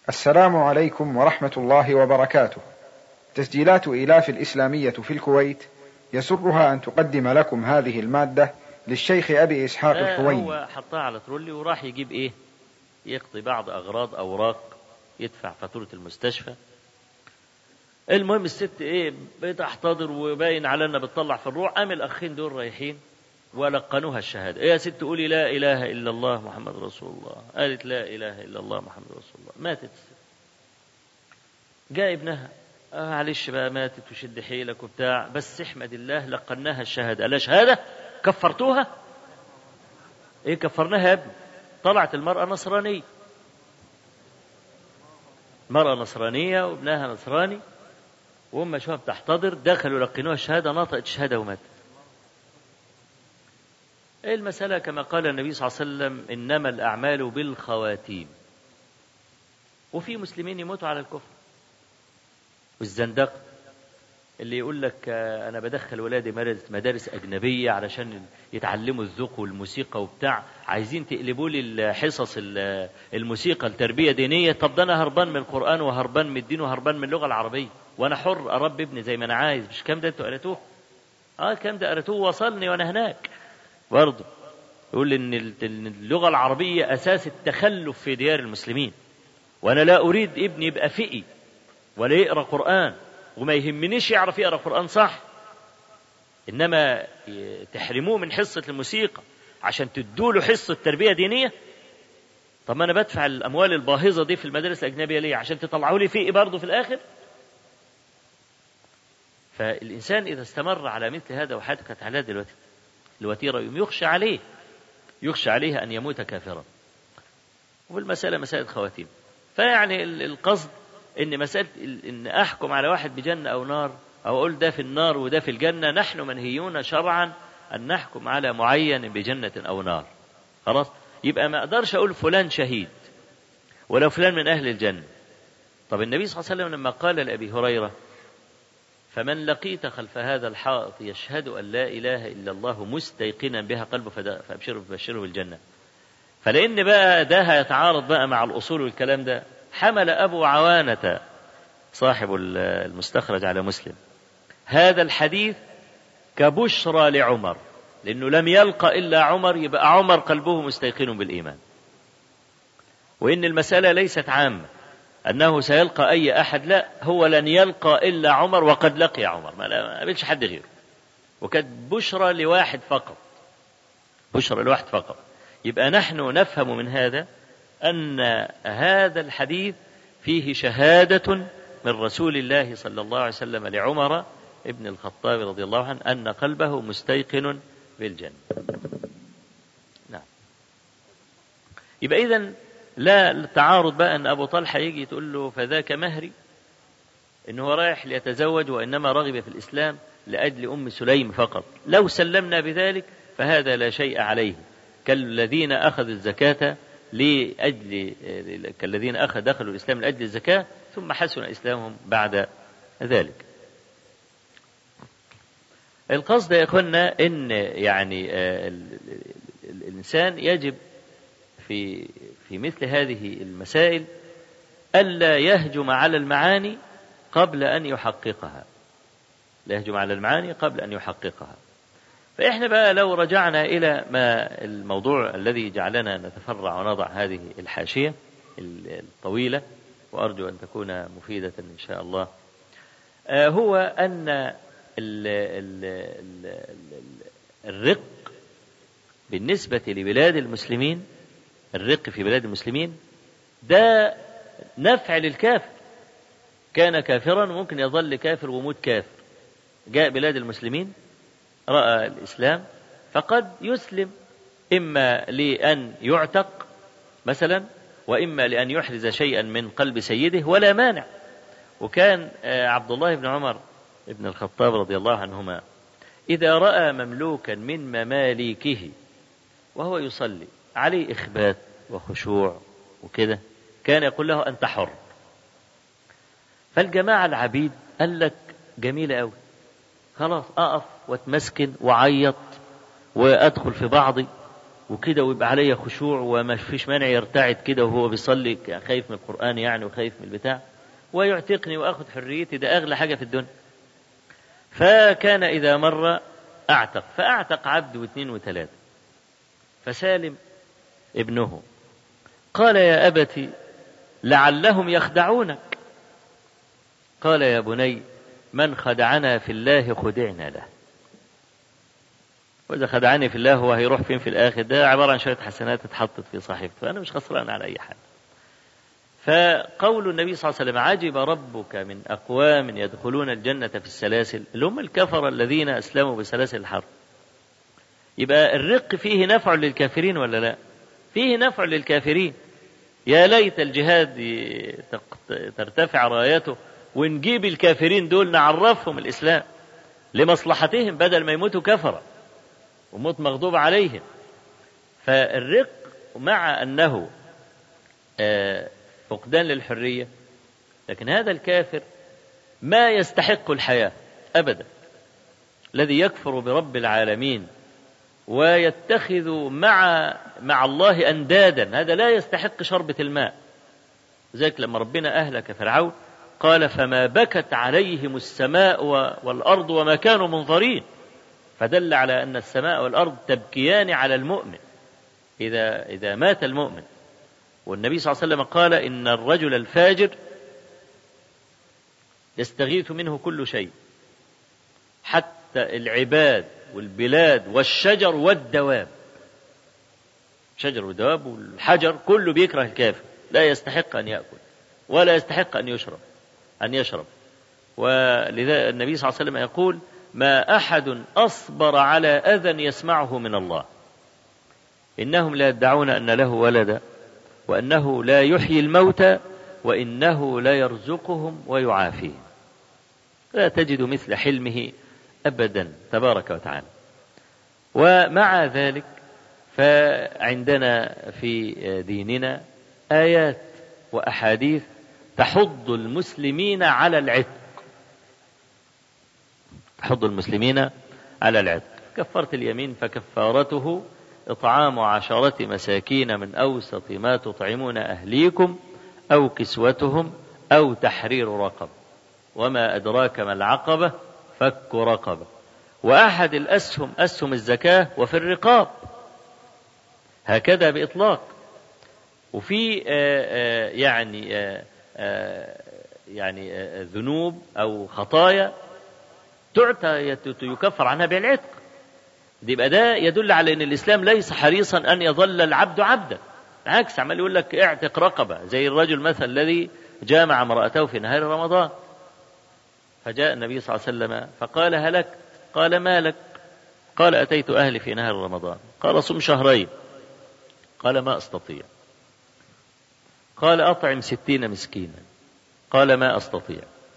السلام عليكم ورحمة الله وبركاته. تسجيلات إيلاف الإسلامية في الكويت يسرها أن تقدم لكم هذه المادة للشيخ أبي إسحاق الحويني. هو حطها على ترولي وراح يجيب إيه، يقضي بعض أغراض أوراق، يدفع فاتورة المستشفى. المهم الست إيه بتحتضر وباين على أنها بتطلع في الروح. قام الأخين دول رايحين ولقنوها الشهادة. إيه يا ست قولي لا إله إلا الله محمد رسول الله. قالت لا إله إلا الله محمد رسول الله. ماتت الست. جاء ابنها معلش بقى ماتت وشد حيلك وبتاع، بس احمد الله لقناها الشهادة. لا شهادة كفرتوها؟ ايه كفرناها يا ابني؟ طلعت المرأة نصرانية، مرأة نصرانية وابنها نصراني، وهم شوها بتحتضر دخلوا لقنوها الشهادة، نطقت الشهادة وماتت. ايه المسألة كما قال النبي صلى الله عليه وسلم إنما الأعمال بالخواتيم. وفي مسلمين يموتوا على الكفر والزندقة، اللي يقول لك أنا بدخل ولادي مدارس أجنبية علشان يتعلموا الذوق والموسيقى وبتاع، عايزين تقلبوا لي حصص الموسيقى التربية دينية. طب ده أنا هربان من القرآن وهربان من الدين وهربان من اللغة العربية، وأنا حر أربي ابني زي ما أنا عايز. مش كام ده أنتوا قريتوه؟ كام ده قريتوه وصلني وأنا هناك برضه. يقول إن اللغة العربية أساس التخلف في ديار المسلمين، وأنا لا أريد ابني يبقى فقي ولا يقرأ قرآن وما يهمنيش يعرف يقرأ قرآن صح، إنما تحرموه من حصة الموسيقى عشان تدوله حصة تربية دينية. طب ما أنا بدفع الأموال الباهظة دي في المدارس الأجنبية ليه؟ عشان تطلعوا لي فقه برضه في الآخر. فالإنسان إذا استمر على مثل هذا وحياته كانت على دلوقتي الوتيرة يخشى عليه أن يموت كافرا. والمسألة مسألة خواتيم. فيعني القصد إن مسألة إن أحكم على واحد بجنة أو نار، أو أقول ده في النار وده في الجنة، نحن منهيون شرعا أن نحكم على معين بجنة أو نار. خلاص، يبقى ما أقدرش أقول فلان شهيد ولا فلان من أهل الجنة. طب النبي صلى الله عليه وسلم لما قال لأبي هريرة فمن لقيت خلف هذا الحائط يشهد أن لا إله إلا الله مستيقنا بها قلبه فأبشره بالجنة، فلأن بقى ده هيتعارض بقى مع الأصول والكلام ده، حمل أبو عوانة صاحب المستخرج على مسلم هذا الحديث كبشرى لعمر، لأنه لم يلقى إلا عمر، يبقى عمر قلبه مستيقن بالإيمان. وإن المسألة ليست عامة أنه سيلقى أي أحد، لا، هو لن يلقى إلا عمر، وقد لقي عمر، ما قابلش حد غيره، وكانت بشرى لواحد فقط، بشرى لواحد فقط. يبقى نحن نفهم من هذا أن هذا الحديث فيه شهادة من رسول الله صلى الله عليه وسلم لعمر ابن الخطاب رضي الله عنه أن قلبه مستيقن بالجنة. نعم. يبقى إذن لا تعارض بقى أن أبو طلحة يجي تقول له فذاك مهري، إنه رايح ليتزوج وإنما رغب في الإسلام لأجل أم سليم فقط. لو سلمنا بذلك فهذا لا شيء عليه، كالذين أخذوا الزكاة كالذين دخلوا الإسلام لأجل الزكاة ثم حسن إسلامهم بعد ذلك. القصد يا أخوانا إن يعني الإنسان يجب في مثل هذه المسائل ألا يهجم على المعاني قبل أن يحققها، لا يهجم على المعاني قبل أن يحققها. فإحنا بقى لو رجعنا إلى ما الموضوع الذي جعلنا نتفرع ونضع هذه الحاشية الطويلة، وأرجو أن تكون مفيدة إن شاء الله، هو أن الرق بالنسبة لبلاد المسلمين، الرق في بلاد المسلمين ده نفع للكافر، كان كافرا وممكن يظل كافر وموت كافر، جاء بلاد المسلمين رأى الإسلام فقد يسلم، إما لأن يعتق مثلا، وإما لأن يحرز شيئا من قلب سيده ولا مانع. وكان عبد الله بن عمر ابن الخطاب رضي الله عنهما إذا رأى مملوكا من مماليكه وهو يصلي عليه إخبات وخشوع وكده، كان يقول له أنت حر. فالجماعة العبيد قال لك جميلة أوي، خلاص أقف واتمسكن وعيط وأدخل في بعضي وكده ويبقى عليه خشوع وما فيش مانع يرتعد كده وهو بيصلي خايف من القرآن يعني وخايف من البتاع، ويعتقني وأخذ حريتي، ده أغلى حاجة في الدنيا. فكان إذا مر أعتق، فأعتق عبد واثنين وثلاثة. فسالم ابنه قال يا أبت لعلهم يخدعونك. قال يا بني من خدعنا في الله خدعنا له، وإذا خدعني في الله هو هيروح فين في الآخر؟ ده عبارة عن شوية حسنات اتحطت في صحيفته، فأنا مش خسران على أي حال. فقول النبي صلى الله عليه وسلم عجب ربك من أقوام يدخلون الجنة في السلاسل، اللي هم الكفر الذين أسلموا بسلاسل الحرب. يبقى الرق فيه نفع للكافرين ولا لا؟ فيه نفع للكافرين. يا ليت الجهاد ترتفع رايته ونجيب الكافرين دول نعرفهم الإسلام لمصلحتهم بدل ما يموتوا كفرة وموت مغضوب عليهم. فالرق مع أنه فقدان للحرية، لكن هذا الكافر ما يستحق الحياة أبدا، الذي يكفر برب العالمين ويتخذ مع الله أندادا، هذا لا يستحق شربة الماء. ذلك لما ربنا أهلك فرعون قال فما بكت عليهم السماء والأرض وما كانوا منظرين، فدل على أن السماء والأرض تبكيان على المؤمن إذا مات المؤمن. والنبي صلى الله عليه وسلم قال إن الرجل الفاجر يستغيث منه كل شيء، حتى العباد والبلاد والشجر والدواب. الشجر والدواب والحجر كله بيكره الكافر، لا يستحق أن يأكل ولا يستحق أن يشرب. ولذا النبي صلى الله عليه وسلم يقول ما أحد أصبر على أذى يسمعه من الله، إنهم لا يدعون أن له ولدا وأنه لا يحيي الموتى وإنه لا يرزقهم ويعافيهم. لا تجد مثل حلمه أبدا تبارك وتعالى. ومع ذلك فعندنا في ديننا آيات وأحاديث تحض المسلمين على العتق، تحض المسلمين على العتق. كفارة اليمين فكفارته إطعام 10 مساكين من أوسط ما تطعمون أهليكم أو كسوتهم أو تحرير رقبة، وما أدراك ما العقبة فك رقبة. وأحد الأسهم أسهم الزكاة وفي الرقاب، هكذا بإطلاق. وفي يعني ذنوب أو خطايا يكفر عنها بالعتق. يبقى ده يدل على أن الإسلام ليس حريصا أن يظل العبد عبدا، بالعكس عمال يقول لك اعتق رقبة، زي الرجل مثلا الذي جامع امرأته في نهار رمضان، فجاء النبي صلى الله عليه وسلم فقال هلكت. قال ما لك؟ قال أتيت أهلي في نهار رمضان. قال صم 2 شهر. قال ما أستطيع. قال أطعم 60 مسكينا. قال ما أستطيع.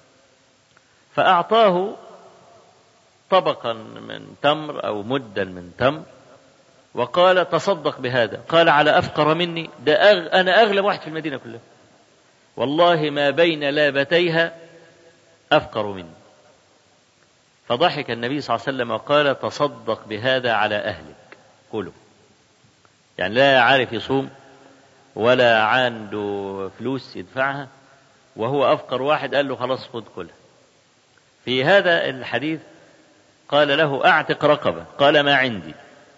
فأعطاه طبقا من تمر أو مدا من تمر وقال تصدق بهذا. قال على أفقر مني؟ ده أنا أغلب واحد في المدينة كلها، والله ما بين لابتيها أفقر مني. فضحك النبي صلى الله عليه وسلم وقال تصدق بهذا على أهلك كله. يعني لا عارف يصوم ولا عنده فلوس يدفعها وهو أفقر واحد، قال له خلاص خذ كلها. في هذا الحديث قال له أعتق رقبة، قال ما عندي.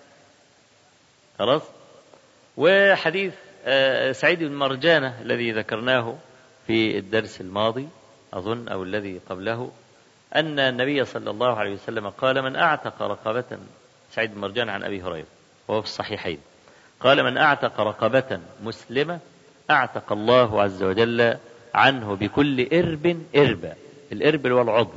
خلاص. وحديث سعيد بن مرجانة الذي ذكرناه في الدرس الماضي أظن أو الذي قبله، أن النبي صلى الله عليه وسلم قال من أعتق رقبة، سعيد بن مرجانة عن أبي هريرة وهو في الصحيحين، قال من أعتق رقبة مسلمة أعتق الله عز وجل عنه بكل إرب إربا، الإرب والعضو،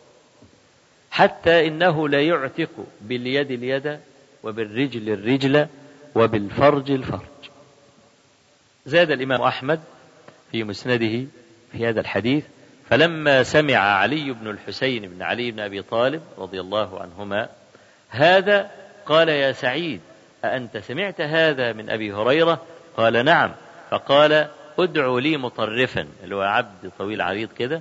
حتى إنه لا يعتق باليد اليد وبالرجل الرجل وبالفرج الفرج. زاد الإمام أحمد في مسنده في هذا الحديث فلما سمع علي بن الحسين بن علي بن أبي طالب رضي الله عنهما هذا قال يا سعيد أأنت سمعت هذا من أبي هريرة؟ قال نعم. فقال ادعوا لي مطرفا، اللي هو عبد طويل عريض كده.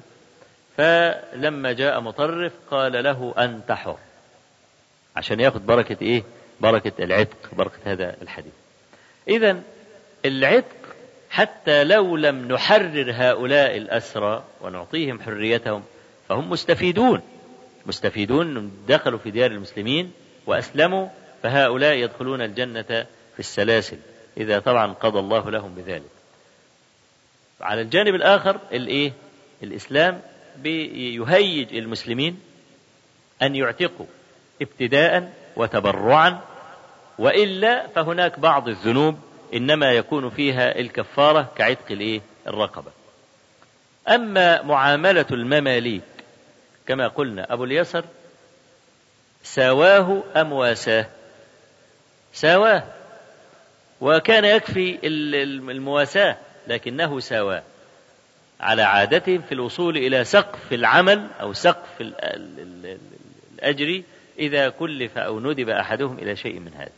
فلما جاء مطرف قال له أنت حر، عشان ياخد بركة إيه؟ بركة العتق، بركة هذا الحديث. إذن العتق حتى لو لم نحرر هؤلاء الأسرى ونعطيهم حريتهم فهم مستفيدون دخلوا في ديار المسلمين وأسلموا، فهؤلاء يدخلون الجنة في السلاسل إذا طبعا قضى الله لهم بذلك. على الجانب الآخر الإسلام بيهيج المسلمين أن يعتقوا ابتداء وتبرعا، وإلا فهناك بعض الذنوب إنما يكون فيها الكفارة كعتق الرقبة. أما معاملة المماليك كما قلنا أبو اليسر ساواه أم واساه؟ ساواه، وكان يكفي المواساة، لكنه ساواه على عادتهم في الوصول إلى سقف العمل أو سقف الأجر إذا كلف أو ندب أحدهم إلى شيء من هذا.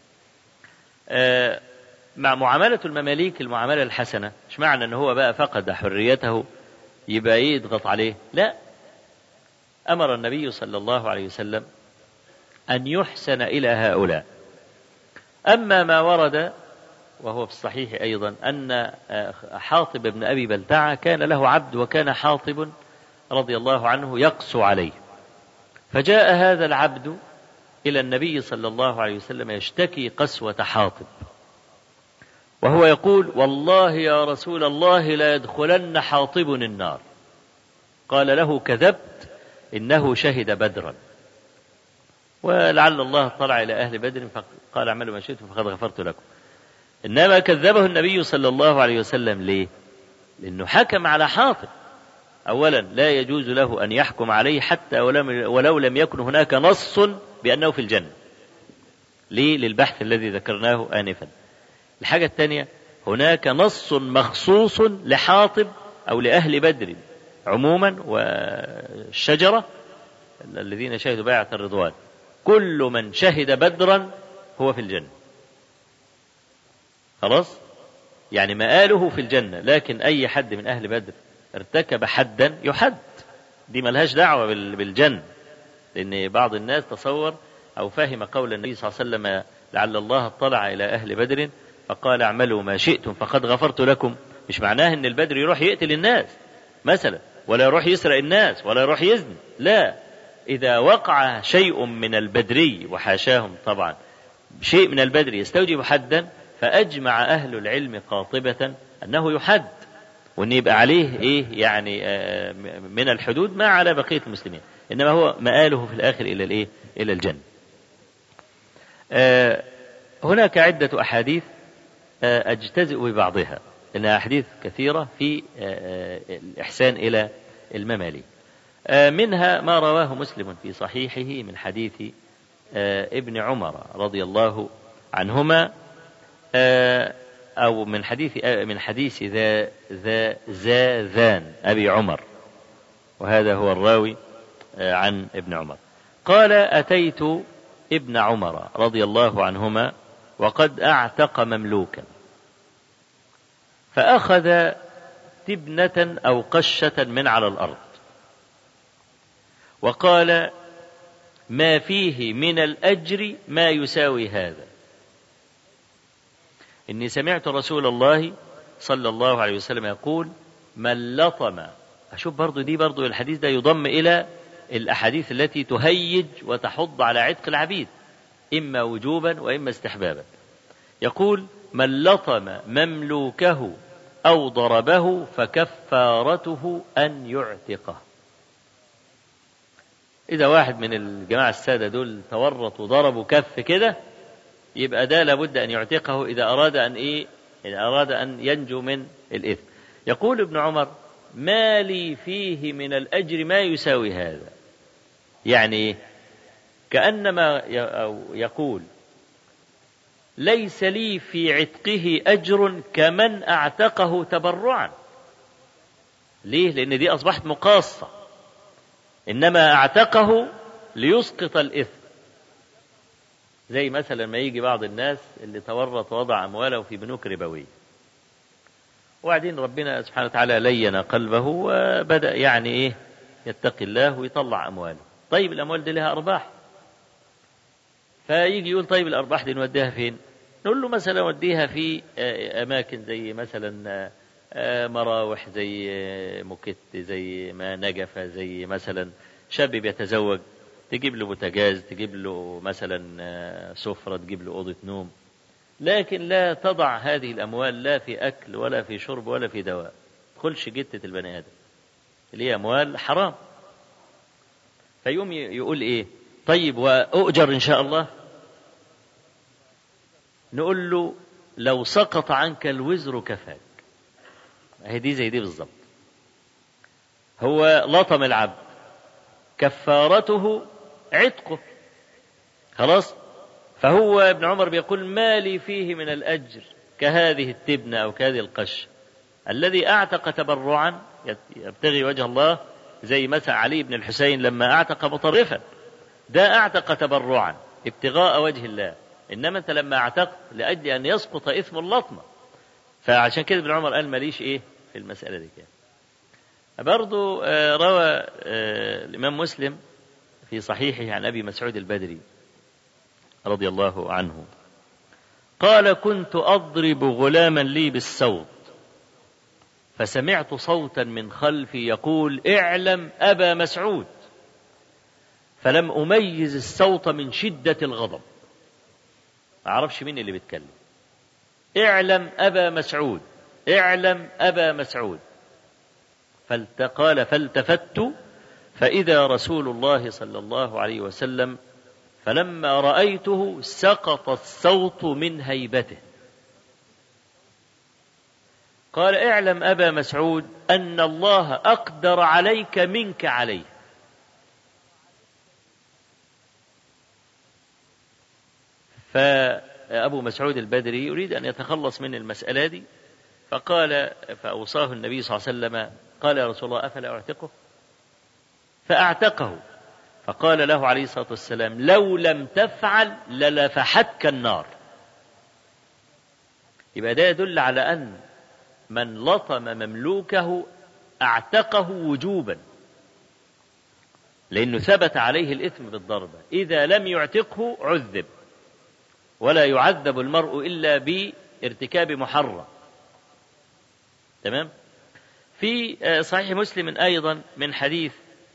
مع معاملة المماليك المعاملة الحسنة، مش معنى أنه هو بقى فقد حريته يبقى يضغط عليه، لا. أمر النبي صلى الله عليه وسلم أن يحسن إلى هؤلاء. أما ما ورد وهو في الصحيح أيضا أن حاطب بن أبي بلتعة كان له عبد، وكان حاطب رضي الله عنه يقسو عليه، فجاء هذا العبد إلى النبي صلى الله عليه وسلم يشتكي قسوة حاطب، وهو يقول: والله يا رسول الله لا يدخلن حاطب النار. قال له: كذبت، إنه شهد بدرا، ولعل الله طلع إلى أهل بدر فقال: اعملوا ما شئتم فقد غفرت لكم. إنما كذبه النبي صلى الله عليه وسلم ليه؟ لأنه حكم على حاطب. أولا لا يجوز له أن يحكم عليه حتى ولو لم يكن هناك نص بأنه في الجنة، ليه؟ للبحث الذي ذكرناه آنفا. الحاجة الثانية، هناك نص مخصوص لحاطب أو لأهل بدر عموما والشجرة الذين شهدوا بيعة الرضوان، كل من شهد بدرا هو في الجنة. خلاص، يعني مآله في الجنة، لكن أي حد من أهل بدر ارتكب حدا يحد، دي ملهاش دعوة بالجنة. لأن بعض الناس تصور أو فهم قول النبي صلى الله عليه وسلم: لعل الله اطلع إلى أهل بدر فقال اعملوا ما شئتم فقد غفرت لكم. مش معناه أن البدر يروح يقتل الناس مثلا، ولا يروح يسرق الناس، ولا يروح يزني، لا. إذا وقع شيء من البدري، وحاشاهم طبعا، شيء من البدر يستوجب حدا، فأجمع أهل العلم قاطبة أنه يحد، وأن يبقى عليه يعني من الحدود ما على بقية المسلمين، إنما هو مآله في الآخر إلى الجنة. هناك عدة أحاديث أجتزئ ببعضها، إنها أحاديث كثيرة في الإحسان إلى المماليك. منها ما رواه مسلم في صحيحه من حديث ابن عمر رضي الله عنهما، أو من حديث زاذان أبي عمر، وهذا هو الراوي عن ابن عمر. قال: أتيت ابن عمر رضي الله عنهما وقد أعتق مملوكا، فأخذ تبنة أو قشة من على الأرض، وقال: ما فيه من الأجر ما يساوي هذا. إني سمعت رسول الله صلى الله عليه وسلم يقول: من لطم. أشوف برضو الحديث ده يضم إلى الأحاديث التي تهيج وتحض على عتق العبيد، إما وجوبا وإما استحبابا. يقول: من لطم مملوكه أو ضربه فكفارته أن يعتقه. إذا واحد من الجماعة السادة دول تورطوا وضربوا كف كده، يبقى ده لابد أن يعتقه إذا أراد أن ينجو من الإثم. يقول ابن عمر: ما لي فيه من الأجر ما يساوي هذا. يعني كأنما يقول: ليس لي في عتقه أجر كمن أعتقه تبرعا. ليه؟ لأن دي أصبحت مقاصة، إنما أعتقه ليسقط الإثم. زي مثلا ما يجي بعض الناس اللي تورط وضع أمواله في بنوك ربوية، وبعدين ربنا سبحانه وتعالى لين قلبه وبدأ يتقي الله ويطلع أمواله. طيب الأموال دي لها أرباح، فيجي يقول طيب الأرباح دي نوديها فين؟ نقول له مثلا وديها في أماكن زي مثلا مراوح، زي موكيت، زي ما نجفة، زي مثلا شاب بيتزوج تجيب له بوتاجاز، تجيب له مثلا سفرة، تجيب له أوضة نوم، لكن لا تضع هذه الأموال لا في أكل ولا في شرب ولا في دواء، تدخلش جتة البني آدم اللي هي أموال حرام. فيقوم يقول إيه؟ طيب وأؤجر إن شاء الله؟ نقول له لو سقط عنك الوزر كفاك. هي دي زي دي بالظبط. هو لطم العبد، كفارته عتقه، خلاص. فهو ابن عمر بيقول ما لي فيه من الأجر كهذه التبنة أو كهذه القش. الذي أعتق تبرعا يبتغي وجه الله، زي مثلا علي بن الحسين لما أعتق مطرفا، ده أعتق تبرعا ابتغاء وجه الله، إنما أنت لما أعتقت لأجل أن يسقط إثم اللطمة. فعشان كده ابن عمر قال ماليش إيه في المسألة دي كده. برضو روى الإمام مسلم في صحيحه عن أبي مسعود البدري رضي الله عنه قال كنت أضرب غلاما لي بالسوط فسمعت صوتا من خلفي يقول اعلم أبا مسعود، فلم أميز الصوت من شدة الغضب، ما أعرفش مين اللي بيتكلم، اعلم أبا مسعود، اعلم أبا مسعود. قال فالتفت فإذا رسول الله صلى الله عليه وسلم، فلما رأيته سقط الصوت من هيبته. قال اعلم أبا مسعود أن الله أقدر عليك منك عليه. فأبو مسعود البدري يريد أن يتخلص من المسألة دي، فأوصاه النبي صلى الله عليه وسلم، قال يا رسول الله أفلا أعتقه؟ فأعتقه. فقال له عليه الصلاة والسلام لو لم تفعل للفحتك النار. يبقى ده يدل على أن من لطم مملوكه أعتقه وجوبا، لأنه ثبت عليه الإثم بالضربة. إذا لم يعتقه عذب، ولا يعذب المرء إلا بارتكاب محرم. تمام. في صحيح مسلم أيضا من حديث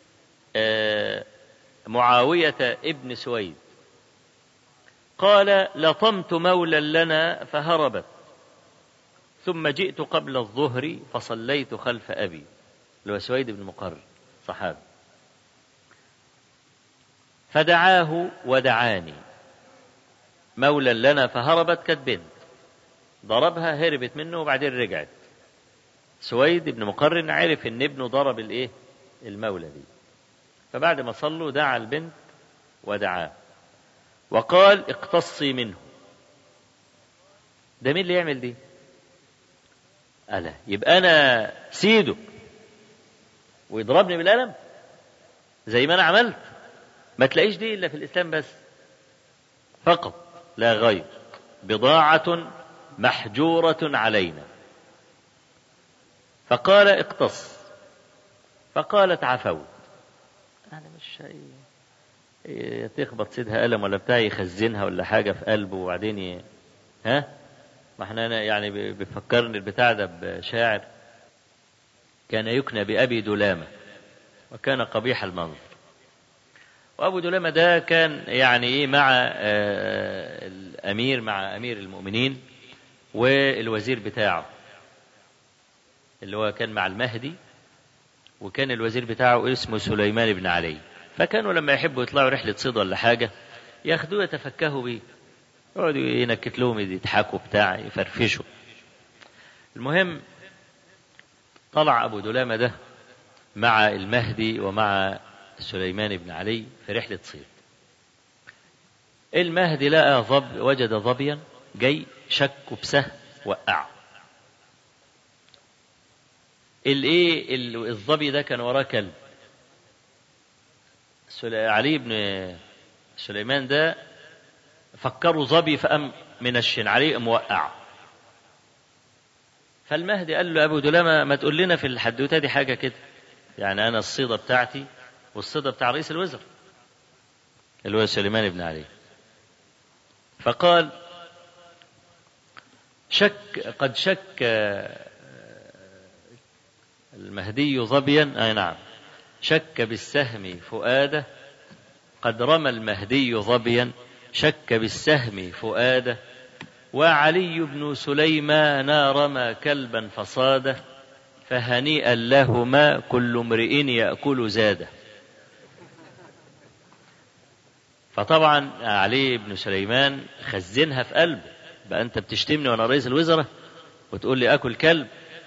معاوية ابن سويد قال لطمت مولا لنا فهربت، ثم جئت قبل الظهر فصليت خلف أبي، اللي هو سويد بن مقر صحابي، فدعاه ودعاني. مولا لنا فهربت كانت بنت، ضربها هربت منه وبعدين رجعت. سويد بن مقرن عرف ان ابنه ضرب الايه المولى دي، فبعد ما صلوا دعا البنت ودعاه وقال اقتصي منه. ده مين اللي يعمل دي؟ ألا يبقى أنا سيده ويضربني بالقلم زي ما أنا عملت؟ ما تلاقيش دي إلا في الإسلام بس فقط لا غير، بضاعة محجورة علينا. فقال اقتص، فقالت عفوت. أنا مش تخبط سيدها قلم ولا بتاع يخزنها ولا حاجة في قلبه وبعدين ها؟ ما احنا يعني بيفكرني البتاع ده بشاعر كان يكنى بأبي دلامة وكان قبيح المنظر. وأبو دلامة ده كان يعني إيه مع الأمير، مع أمير المؤمنين والوزير بتاعه اللي هو كان مع المهدي، وكان الوزير بتاعه اسمه سليمان بن علي. فكانوا لما يحبوا يطلعوا رحلة صيد ولا حاجة ياخدوه يتفكهوا بيه، يقعدوا ينكت لهم يضحكوا بتاع يفرفشوا. المهم طلع أبو دلامة ده مع المهدي ومع سليمان بن علي في رحلة صيد. المهدي لقى وجد ظبيا جاي شكه بسهم وقعه. الظبي ده كان وراه كلب. علي بن سليمان ده فكروا ظبي فقام منشن عليه موقع. فالمهدي قال له أبو دلامة ما تقول لنا في الحدوتة دي حاجة كده، يعني أنا الصيدة بتاعتي والصيدة بتاع رئيس الوزراء اللي هو سليمان بن علي. فقال قد شك المهدي ظبيا، أي نعم، شك بالسهم فؤاده، قد رمى المهدي ظبيا شك بالسهم فؤاده، وعلي بن سليمان رمى كلبا فصاده، فهنيئا لهما كل امرئ يأكل زاده. فطبعا علي بن سليمان خزنها في قلبه، بقى أنت بتشتمني وأنا رئيس الوزراء وتقول لي أكل كلب؟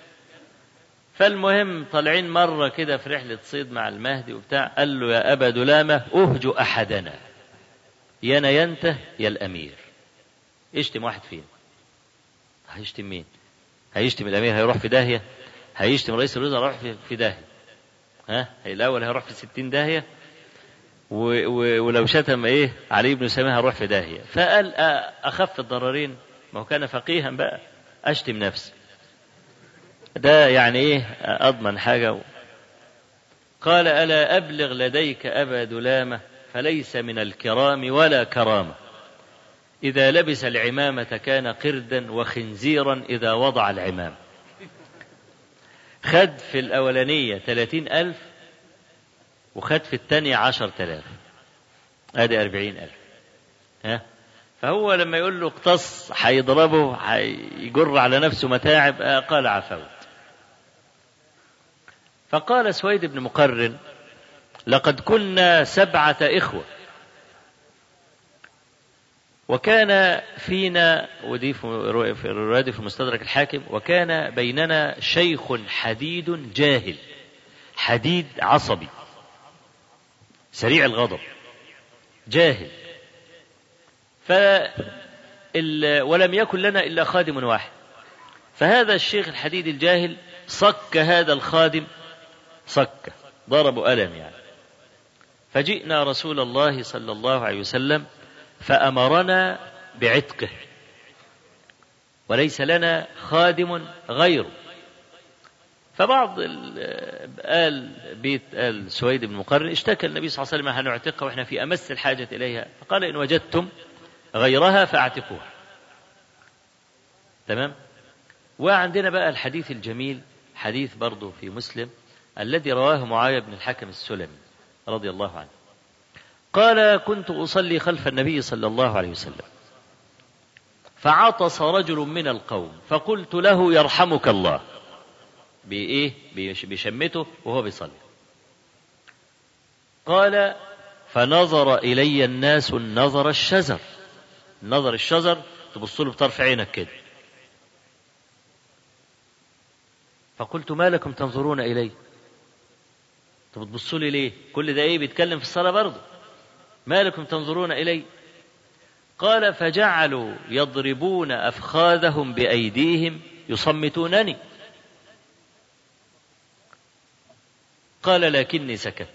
فالمهم طالعين مرة كده في رحلة صيد مع المهدي وبتاع، قال له يا أبا دلامة أهجو أحدنا، يا نينته يا الأمير. اشتم واحد فين؟ هيشتم مين؟ هيشتم الأمير هيروح في داهية، هيشتم رئيس الوزراء هيروح في داهية، الأول هيروح في 60 داهية، ولو شتم علي بن سليمان هيروح في داهية. فقال أخف الضررين، ما هو كان فقيها بقى، أشتم نفسي، ده يعني أضمن حاجة. قال ألا أبلغ لديك أبا دلامة فليس من الكرام ولا كرامة، إذا لبس العمامة كان قردا وخنزيرا إذا وضع العمام. خد في الأولانية 30,000 وخد في الثانية 10,000، ادي 40,000. فهو لما يقول له اقتص هيضربه، هيجر على نفسه متاعب، قال عفوت. فقال سويد بن مقرن لقد كنا 7 إخوة، وكان فينا، ودي في الرواية في المستدرك الحاكم، وكان بيننا شيخ حديد جاهل، حديد عصبي سريع الغضب جاهل، ولم يكن لنا إلا خادم واحد. فهذا الشيخ الحديد الجاهل صك هذا الخادم صك، ضربوا ألم يعني. فجئنا رسول الله صلى الله عليه وسلم فأمرنا بعتقه، وليس لنا خادم غيره. فبعض آل سويد بن مقرن اشتكى النبي صلى الله عليه وسلم هنعتقها وإحنا في أمس الحاجة إليها، فقال إن وجدتم غيرها فاعتقوها. تمام. وعندنا بقى الحديث الجميل، حديث برضه في مسلم الذي رواه معاوية بن الحكم السلمي رضي الله عنه، قال كنت أصلي خلف النبي صلى الله عليه وسلم، فعطس رجل من القوم، فقلت له يرحمك الله، بشمته وهو بيصلي. قال فنظر إلي الناس النظر الشزر، النظر الشزر تبص له بطرف عينك كده. فقلت ما لكم تنظرون إلي؟ طب تبصوا لي ليه؟ كل ده بيتكلم في الصلاة برضه، ما لكم تنظرون إلي؟ قال فجعلوا يضربون أفخاذهم بأيديهم يصمتونني. قال لكني سكت.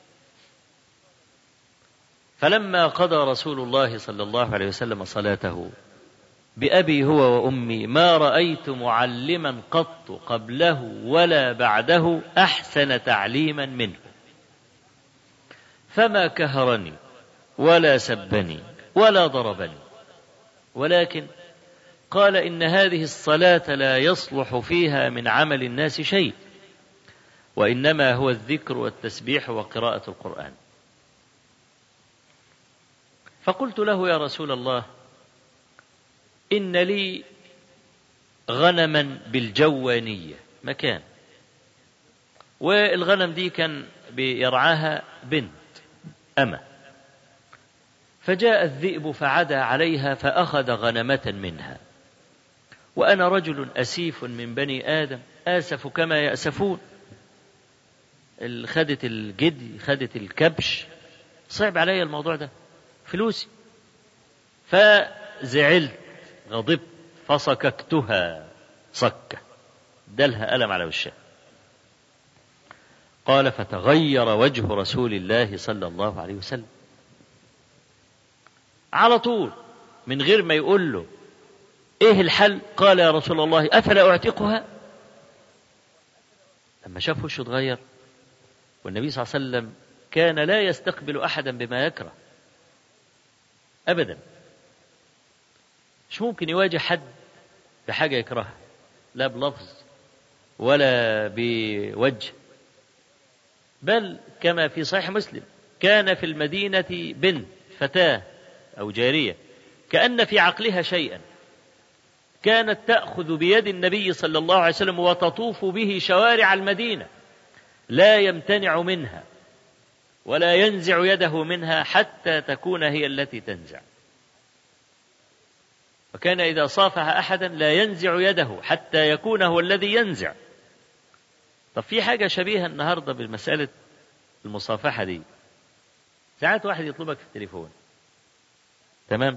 فلما قضى رسول الله صلى الله عليه وسلم صلاته، بأبي هو وأمي ما رأيت معلما قط قبله ولا بعده أحسن تعليما منه، فما كهرني ولا سبني ولا ضربني، ولكن قال إن هذه الصلاة لا يصلح فيها من عمل الناس شيء، وإنما هو الذكر والتسبيح وقراءة القرآن. فقلت له يا رسول الله إن لي غنما بالجوانية مكان، والغنم دي كان بيرعاها بنت أمة، فجاء الذئب فعدى عليها فأخذ غنمة منها، وأنا رجل أسيف من بني آدم آسف كما يأسفون، خدت الجدي خدت الكبش، صعب علي الموضوع ده، فلوسي. فزعلت غضبت فصككتها صكة، دلها ألم على وشها. قال فتغير وجه رسول الله صلى الله عليه وسلم على طول من غير ما يقول له ايه الحل. قال يا رسول الله أفلا أعتقها؟ لما شاف وشه اتغير، والنبي صلى الله عليه وسلم كان لا يستقبل أحدا بما يكره أبدا، مش ممكن يواجه حد بحاجة يكرهها، لا بلفظ ولا بوجه. بل كما في صحيح مسلم كان في المدينة بنت فتاة أو جارية كأن في عقلها شيئا، كانت تأخذ بيد النبي صلى الله عليه وسلم وتطوف به شوارع المدينة، لا يمتنع منها ولا ينزع يده منها حتى تكون هي التي تنزع. وكان إذا صافح أحدا لا ينزع يده حتى يكون هو الذي ينزع. طب في حاجة شبيهة النهاردة بالمسألة المصافحة دي. ساعات واحد يطلبك في التليفون، تمام،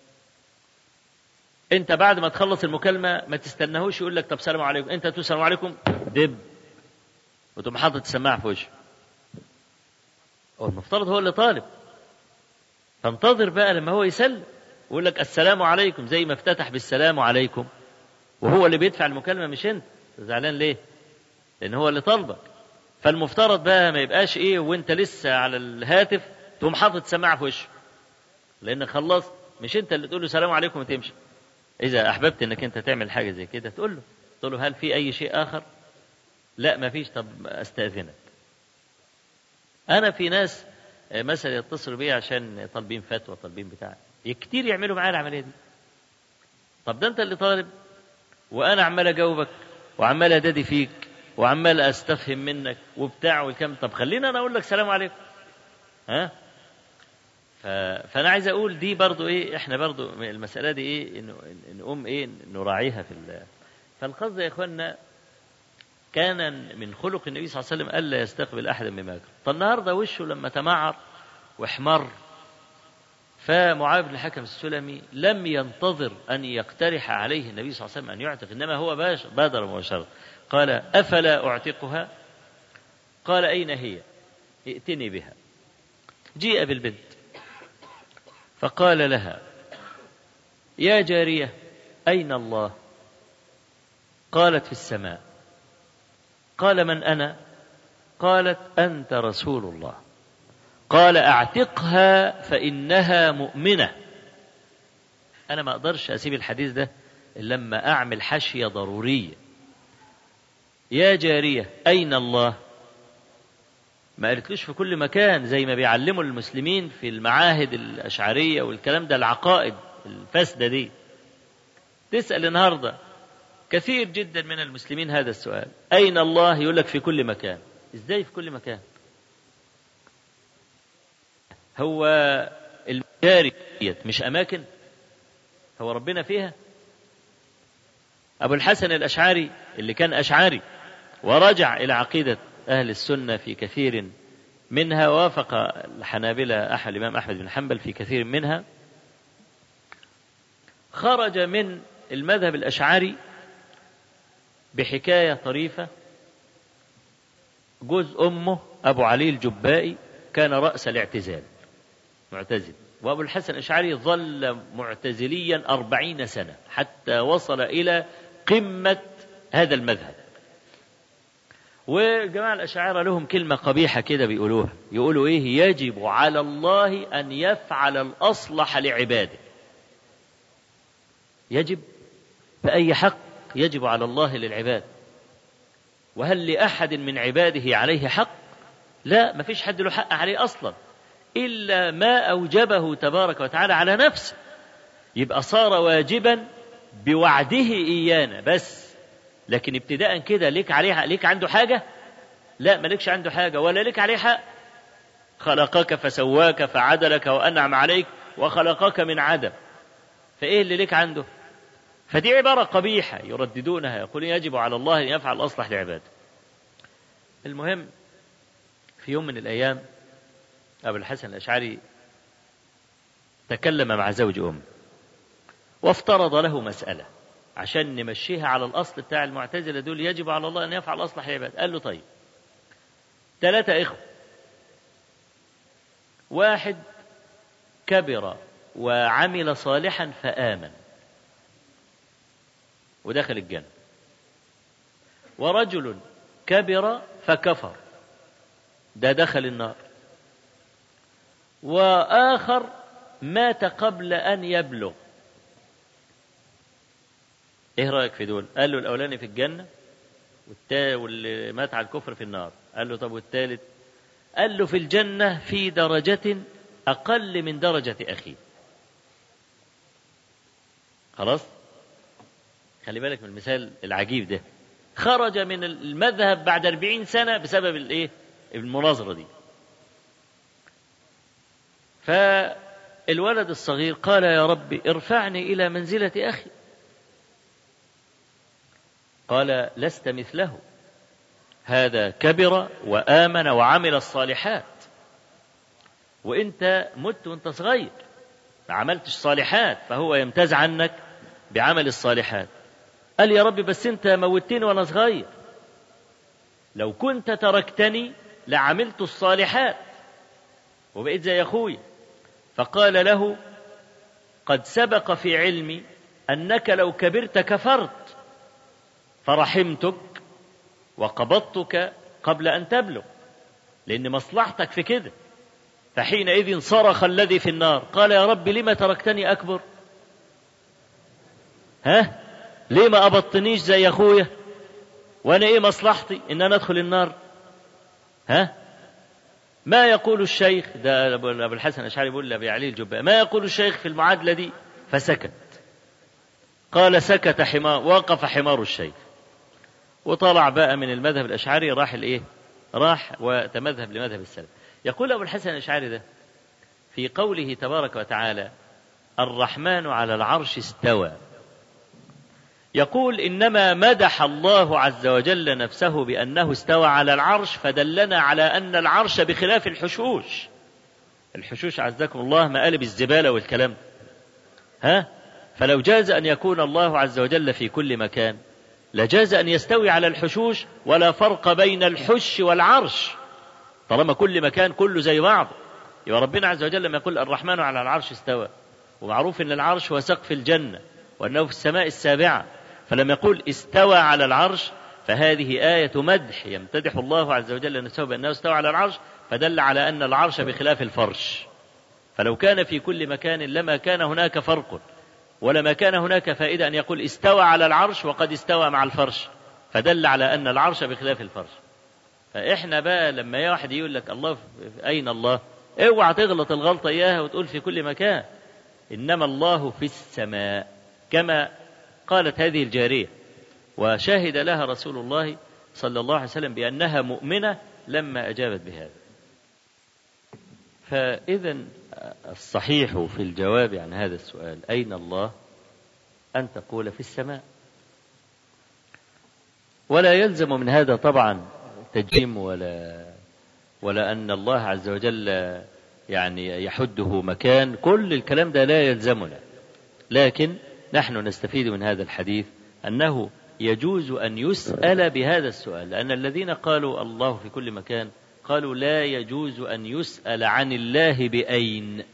انت بعد ما تخلص المكالمة ما تستناهوش يقول لك طب سلام عليكم، انت تقول سلام عليكم دب وتقوم حاطط السماعة في وشه. هو المفترض هو اللي طالب، فانتظر بقى لما هو يسلم ويقول لك السلام عليكم زي ما افتتح بالسلام عليكم، وهو اللي بيدفع المكالمة مش انت. زعلان ليه؟ لان هو اللي طالبك. فالمفترض بقى ما يبقاش ايه وانت لسه على الهاتف تقوم حاطط سماعة في وشه، لان خلص مش انت اللي تقول له سلام عليكم وتمشي. اذا احببت انك انت تعمل حاجة زي كده تقول له هل في اي شيء اخر؟ لا ما فيش. طب استأذنك. انا في ناس مثلا يتصلوا بي عشان طالبين فتوى، طالبين بتاع، كتير يعملوا معايا العملية دي. طب ده انت اللي طالب وانا عمال اجاوبك وعمال ادادي فيك وعمال استفهم منك وبتاع والكلام. طب خلينا انا اقول لك سلام عليكم. ها؟ فانا عايز اقول دي برضو ايه، احنا برضو المسألة دي ايه نقوم ايه نراعيها فالقصد يا اخوانا كان من خلق النبي صلى الله عليه وسلم الا يستقبل احدا بما يكره. فالنهارده وشه لما تمعر واحمر، فمعاوية بن الحكم السلمي لم ينتظر أن يقترح عليه النبي صلى الله عليه وسلم أن يعتق، إنما هو بادر مباشرة قال أفلا أعتقها؟ قال أين هي؟ ائتني بها. جيء بالبنت فقال لها يا جارية أين الله؟ قالت في السماء. قال من أنا؟ قالت أنت رسول الله. قال أعتقها فإنها مؤمنة. أنا ما أقدرش أسيب الحديث ده إلا لما أعمل حشية ضرورية. يا جارية أين الله؟ ما قالتلوش في كل مكان زي ما بيعلموا المسلمين في المعاهد الأشعرية والكلام ده، العقائد الفاسدة دي. تسأل النهاردة كثير جدا من المسلمين هذا السؤال، أين الله؟ يقول لك في كل مكان. إزاي في كل مكان؟ هو المجاري مش أماكن؟ هو ربنا فيها؟ أبو الحسن الأشعري اللي كان أشعري ورجع إلى عقيدة أهل السنة في كثير منها، وافق الحنابلة الإمام أحمد بن حنبل في كثير منها، خرج من المذهب الأشعري بحكاية طريفة. جوز أمه أبو علي الجبائي كان رأس الاعتزال، معتزل، وأبو الحسن الأشعري ظل معتزليا 40 سنة حتى وصل إلى قمة هذا المذهب. وجماعة الأشاعرة لهم كلمة قبيحة كده بيقولوها، يقولوا إيه؟ يجب على الله أن يفعل الأصلح لعباده. يجب بأي حق؟ يجب على الله للعباد. وهل لأحد من عباده عليه حق؟ لا، ما فيش حد له حق عليه أصلا إلا ما أوجبه تبارك وتعالى على نفسه. يبقى صار واجبا بوعده إيانا بس، لكن ابتداء كده ليك عنده حاجة؟ لا، مالكش عنده حاجة ولا ليك عليه حق. خلقك فسواك فعدلك وأنعم عليك وخلقك من عدم، فإيه اللي ليك عنده؟ فدي عبارة قبيحة يرددونها، يقولون يجب على الله أن يفعل الأصلح لعباده. المهم في يوم من الأيام أبو الحسن الأشعري تكلم مع زوج أم وافترض له مسألة عشان نمشيها على الأصل بتاع المعتزلة دول، يجب على الله أن يفعل أصلح العباد. قال له طيب 3 إخوة، واحد كبر وعمل صالحا فآمن ودخل الجنة، ورجل كبر فكفر ده دخل النار، وآخر مات قبل أن يبلغ إيه رأيك في دول؟ قال له الأولاني في الجنة واللي مات على الكفر في النار. قال له طب والثالث؟ قال له في الجنة في درجة أقل من درجة أخيه. خلاص؟ خلي بالك من المثال العجيب ده. خرج من المذهب بعد 40 سنة بسبب الإيه؟ المناظرة دي. فالولد الصغير قال يا رب ارفعني إلى منزلة أخي. قال لست مثله، هذا كبر وآمن وعمل الصالحات، وإنت مت وإنت صغير ما عملتش صالحات، فهو يمتاز عنك بعمل الصالحات. قال يا رب بس أنت موتني وأنا صغير، لو كنت تركتني لعملت الصالحات وبقيت زي أخوي. فقال له قد سبق في علمي أنك لو كبرت كفرت، فرحمتك وقبضتك قبل أن تبلغ، لأن مصلحتك في كده. فحينئذ صرخ الذي في النار قال يا رب لما تركتني أكبر؟ ليه ما أبطنيش زي أخويا؟ وأنا إيه مصلحتي إن أنا أدخل النار؟ ما يقول الشيخ ده أبو الحسن الأشعري بيقول لأبي علي الجبائي ما يقول الشيخ في المعادلة دي؟ فسكت. قال سكت حمار، وقف حمار الشيخ. وطلع بقى من المذهب الأشعري راح وتمذهب لمذهب السلف. يقول أبو الحسن الأشعري ده في قوله تبارك وتعالى الرحمن على العرش استوى، يقول إنما مدح الله عز وجل نفسه بأنه استوى على العرش، فدلنا على أن العرش بخلاف الحشوش. الحشوش عزكم الله مقالب الزبالة والكلام. فلو جاز أن يكون الله عز وجل في كل مكان لجاز أن يستوي على الحشوش، ولا فرق بين الحش والعرش طالما كل مكان كله زي بعض. يبقى ربنا عز وجل لما يقول الرحمن على العرش استوى، ومعروف أن العرش هو سقف الجنة وأنه في السماء السابعة، فلما يقول استوى على العرش فهذه آية مدح يمتدح الله عز وجل نفسه بأنه استوى على العرش، فدل على أن العرش بخلاف الفرش. فلو كان في كل مكان لما كان هناك فرق، ولما كان هناك فائدة أن يقول استوى على العرش وقد استوى مع الفرش، فدل على أن العرش بخلاف الفرش. فإحنا بقى لما واحد يقول لك الله أين الله، اوعى تغلط الغلطة إياها وتقول في كل مكان، إنما الله في السماء كما قالت هذه الجارية، وشاهد لها رسول الله صلى الله عليه وسلم بأنها مؤمنة لما أجابت بهذا. فإذا الصحيح في الجواب عن هذا السؤال أين الله أن تقول في السماء، ولا يلزم من هذا طبعا تجريم ولا أن الله عز وجل يعني يحده مكان، كل الكلام ده لا يلزمنا. لكن نحن نستفيد من هذا الحديث أنه يجوز أن يسأل بهذا السؤال، لأن الذين قالوا الله في كل مكان قالوا لا يجوز أن يسأل عن الله بأين.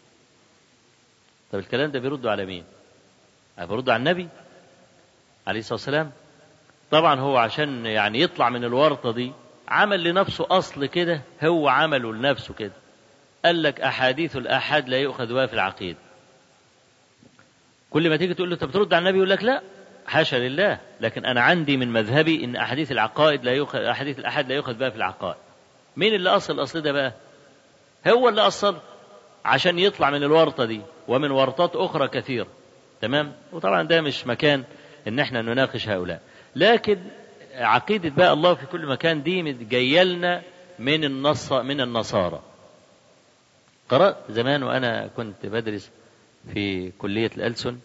طب الكلام ده بيردوا على مين؟ بيردوا على النبي عليه الصلاة والسلام. طبعا هو عشان يعني يطلع من الورطة دي عمل لنفسه أصل كده، هو عمله لنفسه كده، قال لك أحاديث الآحاد لا يؤخذ بها في العقيدة. كل ما تيجي تقول له طب ترد على النبي يقول لك لا حاشا لله، لكن أنا عندي من مذهبي إن أحاديث العقائد لا يؤخذ، أحاديث الآحاد لا يؤخذ بها في العقائد. مين اللي أصل ده بقى؟ هو اللي أصل عشان يطلع من الورطة دي ومن ورطات أخرى كثيرة. تمام؟ وطبعا ده مش مكان إن احنا نناقش هؤلاء، لكن عقيدة بقى الله في كل مكان دي جايلنا من النصارى. قرأت زمان وأنا كنت بدرس في كلية الألسن،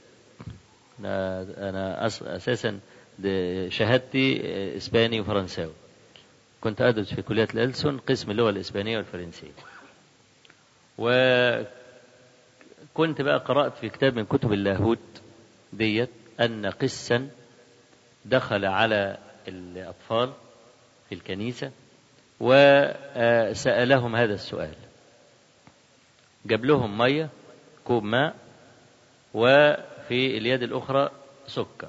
أنا أساسا شهادتي إسباني وفرنساوي، كنت أدرس في كلية الألسن قسم اللغة الإسبانية والفرنسية. وكنت بقى قرأت في كتاب من كتب اللاهوت ديت أن قسا دخل على الأطفال في الكنيسة وسألهم هذا السؤال، جاب لهم مية كوب ماء وفي اليد الأخرى سكر،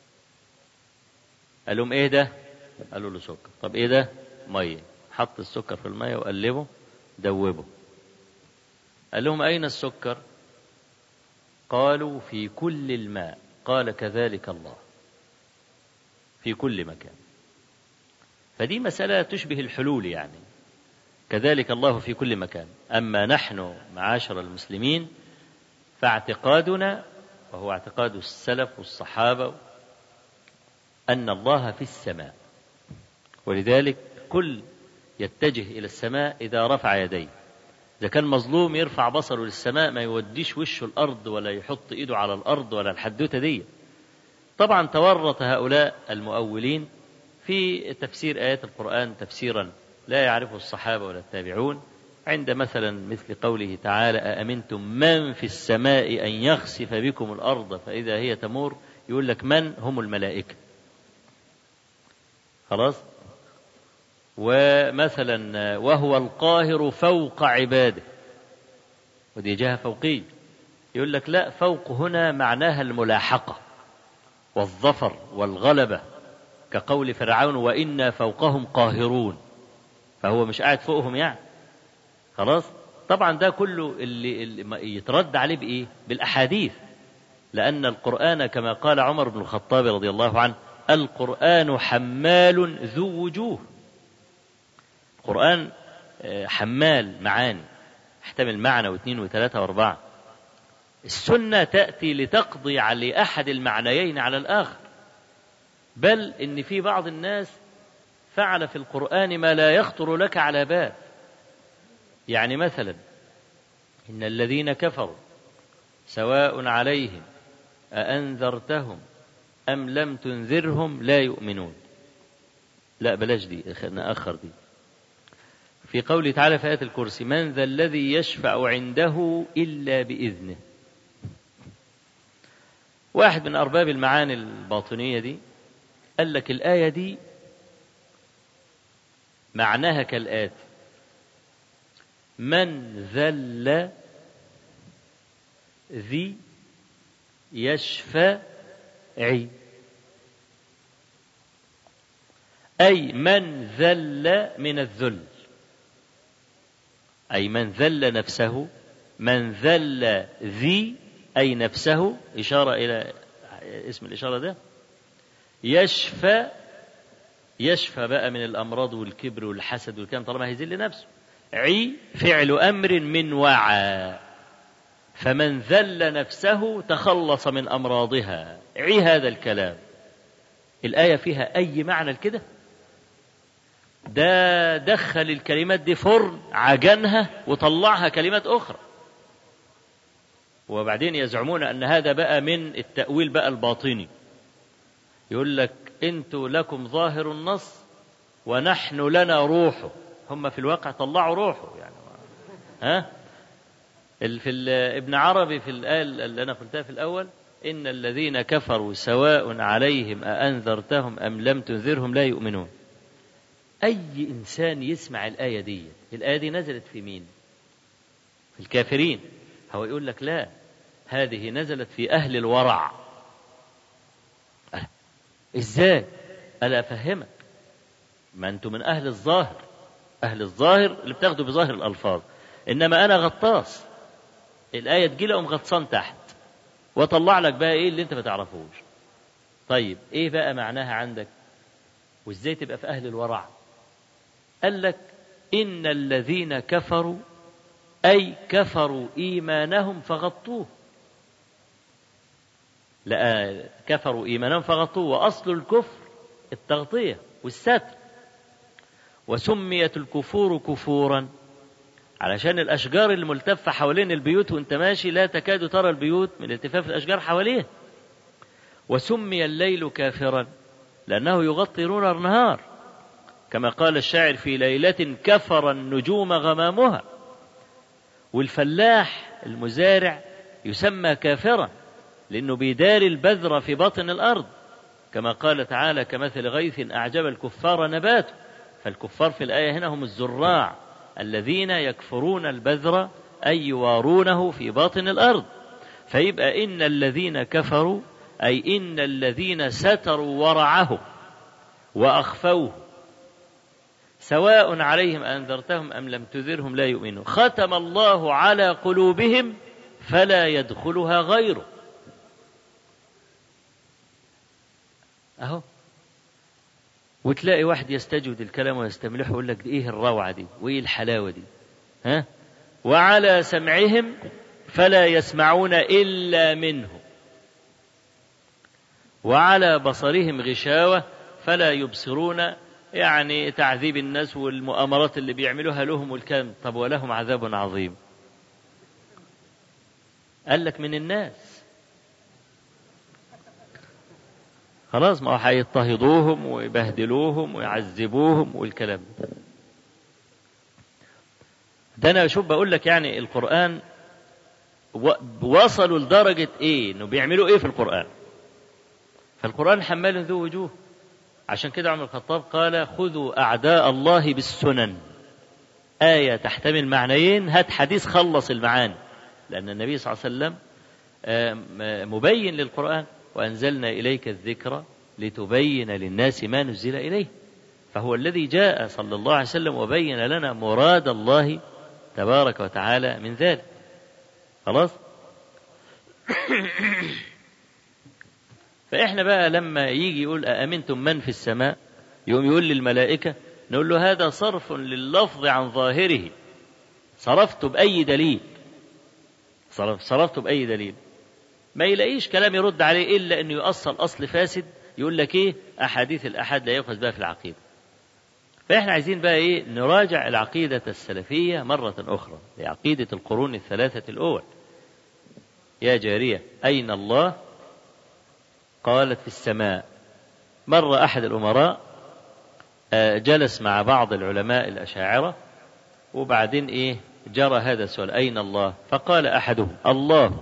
قال لهم إيه ده؟ قالوا له سكر. طب إيه ده؟ مية. حط السكر في المية وقلبه دوبه. قال لهم أين السكر؟ قالوا في كل الماء. قال كذلك الله. في كل مكان. فدي مسألة تشبه الحلول يعني. كذلك الله في كل مكان. أما نحن معاشر المسلمين فاعتقادنا، وهو اعتقاد السلف والصحابة، أن الله في السماء، ولذلك كل يتجه إلى السماء إذا رفع يديه. إذا كان مظلوم يرفع بصره للسماء، ما يوديش وشه الأرض ولا يحط إيده على الأرض ولا الحدوتة دي. طبعا تورط هؤلاء المؤولين في تفسير آيات القرآن تفسيرا لا يعرفه الصحابة ولا التابعون، عند مثل قوله تعالى: أأمنتم من في السماء أن يخسف بكم الأرض فإذا هي تمور. يقول لك من هم الملائكة. خلاص. ومثلا وهو القاهر فوق عباده، ودي جهة فوقية. يقول لك لا، فوق هنا معناها الملاحقة والظفر والغلبة، كقول فرعون: وإنا فوقهم قاهرون. فهو مش قاعد فوقهم يعني. خلاص. طبعا ده كله اللي يترد عليه بإيه؟ بالأحاديث، لأن القرآن كما قال عمر بن الخطاب رضي الله عنه: القرآن حمال ذو وجوه. القرآن حمال معاني، يحتمل معنى واثنين وثلاثة واربعة. السنة تأتي لتقضي على أحد المعنيين على الآخر، بل إن في بعض الناس فعل في القرآن ما لا يخطر لك على بال. يعني مثلا: إن الذين كفروا سواء عليهم أأنذرتهم أم لم تنذرهم لا يؤمنون. لا بلاش دي، نأخر دي. في قوله تعالى في آية الكرسي: من ذا الذي يشفع عنده إلا بإذنه. واحد من أرباب المعاني الباطنية دي قال لك الآية دي معناها كالآتي: من ذل ذي يشفع، أي من ذل من الذل، أي من ذل نفسه. من ذل ذي أي نفسه، إشارة إلى اسم الإشارة ده. يشفى بقى من الأمراض والكبر والحسد والكلام، طالما هيذل نفسه. فعل أمر من وعى، فمن ذل نفسه تخلص من أمراضها. هذا الكلام. الآية فيها أي معنى كده؟ ده دخل الكلمات دي فرن، عجنها وطلعها كلمات أخرى، وبعدين يزعمون أن هذا بقى من التأويل بقى الباطني. يقول لك: انتوا لكم ظاهر النص ونحن لنا روحه. هم في الواقع طلعوا روحه يعني. في ابن عربي في الآية اللي أنا قلتها في الأول: إن الذين كفروا سواء عليهم أأنذرتهم أم لم تنذرهم لا يؤمنون. أي إنسان يسمع الآية دي نزلت في مين؟ في الكافرين. هو يقول لك لا، هذه نزلت في أهل الورع. إزاي؟ ألا أفهمك. ما أنتم من أهل الظاهر. أهل الظاهر اللي بتاخدوا بظاهر الألفاظ، إنما أنا غطاس. الآية تجي لهم غطسان تحت وطلع لك بقى إيه اللي أنت ما تعرفوش. طيب إيه بقى معناها عندك؟ وإزاي تبقى في أهل الورع؟ قال لك: إن الذين كفروا أي كفروا إيمانهم فغطوه. لا، كفروا إيمانهم فغطوه، وأصل الكفر التغطية والستر. وسميت الكفور كفورا علشان الأشجار الملتفة حوالين البيوت وانت ماشي لا تكاد ترى البيوت من التفاف الأشجار حواليه. وسمي الليل كافرا لأنه يغطي نور النهار، كما قال الشاعر: في ليلة كفر النجوم غمامها. والفلاح المزارع يسمى كافرا لأنه بيداري البذر في باطن الأرض، كما قال تعالى: كمثل غيث أعجب الكفار نباته. فالكفار في الآية هنا هم الزراع الذين يكفرون البذر أي يوارونه في باطن الأرض. فيبقى إن الذين كفروا أي إن الذين ستروا ورعه وأخفوه سواء عليهم أنذرتهم أم لم تذرهم لا يؤمنون. ختم الله على قلوبهم فلا يدخلها غيره. أهو وتلاقي واحد يستجود الكلام ويستملحه ويقول لك ايه الروعة دي وايه الحلاوة دي، ها؟ وعلى سمعهم فلا يسمعون إلا منه، وعلى بصرهم غشاوة فلا يبصرون، يعني تعذيب الناس والمؤامرات اللي بيعملوها لهم والكلام. طب ولهم عذاب عظيم، قال لك من الناس. خلاص، ما هو هيضطهدوهم ويبهدلوهم ويعذبوهم والكلام ده. انا شوف بقول لك يعني القرآن وصلوا لدرجة ايه، انه بيعملوا ايه في القرآن. فالقرآن حمال ذو وجوه. عشان كده عمر الخطاب قال خذوا أعداء الله بالسنن، آية تحتمل معنيين هات حديث خلص المعاني، لأن النبي صلى الله عليه وسلم مبين للقرآن، وأنزلنا إليك الذكر لتبين للناس ما نزل إليه. فهو الذي جاء صلى الله عليه وسلم وبين لنا مراد الله تبارك وتعالى من ذلك. خلاص. فإحنا بقى لما يجي يقول أأمنتم من في السماء، يقوم يقول للملائكة، نقول له هذا صرف لللفظ عن ظاهره، صرفت بأي دليل، صرفت بأي دليل. ما يلاقيش كلام يرد عليه إلا أنه يؤصل أصل فاسد، يقول لك إيه أحاديث الأحاد لا يؤخذ بها في العقيدة. فإحنا عايزين بقى إيه نراجع العقيدة السلفية مرة أخرى، لعقيدة القرون الثلاثة الأول. يا جارية أين الله؟ قالت في السماء. مر أحد الأمراء جلس مع بعض العلماء الأشاعرة، وبعدين إيه جرى هذا السؤال أين الله؟ فقال أحدهم الله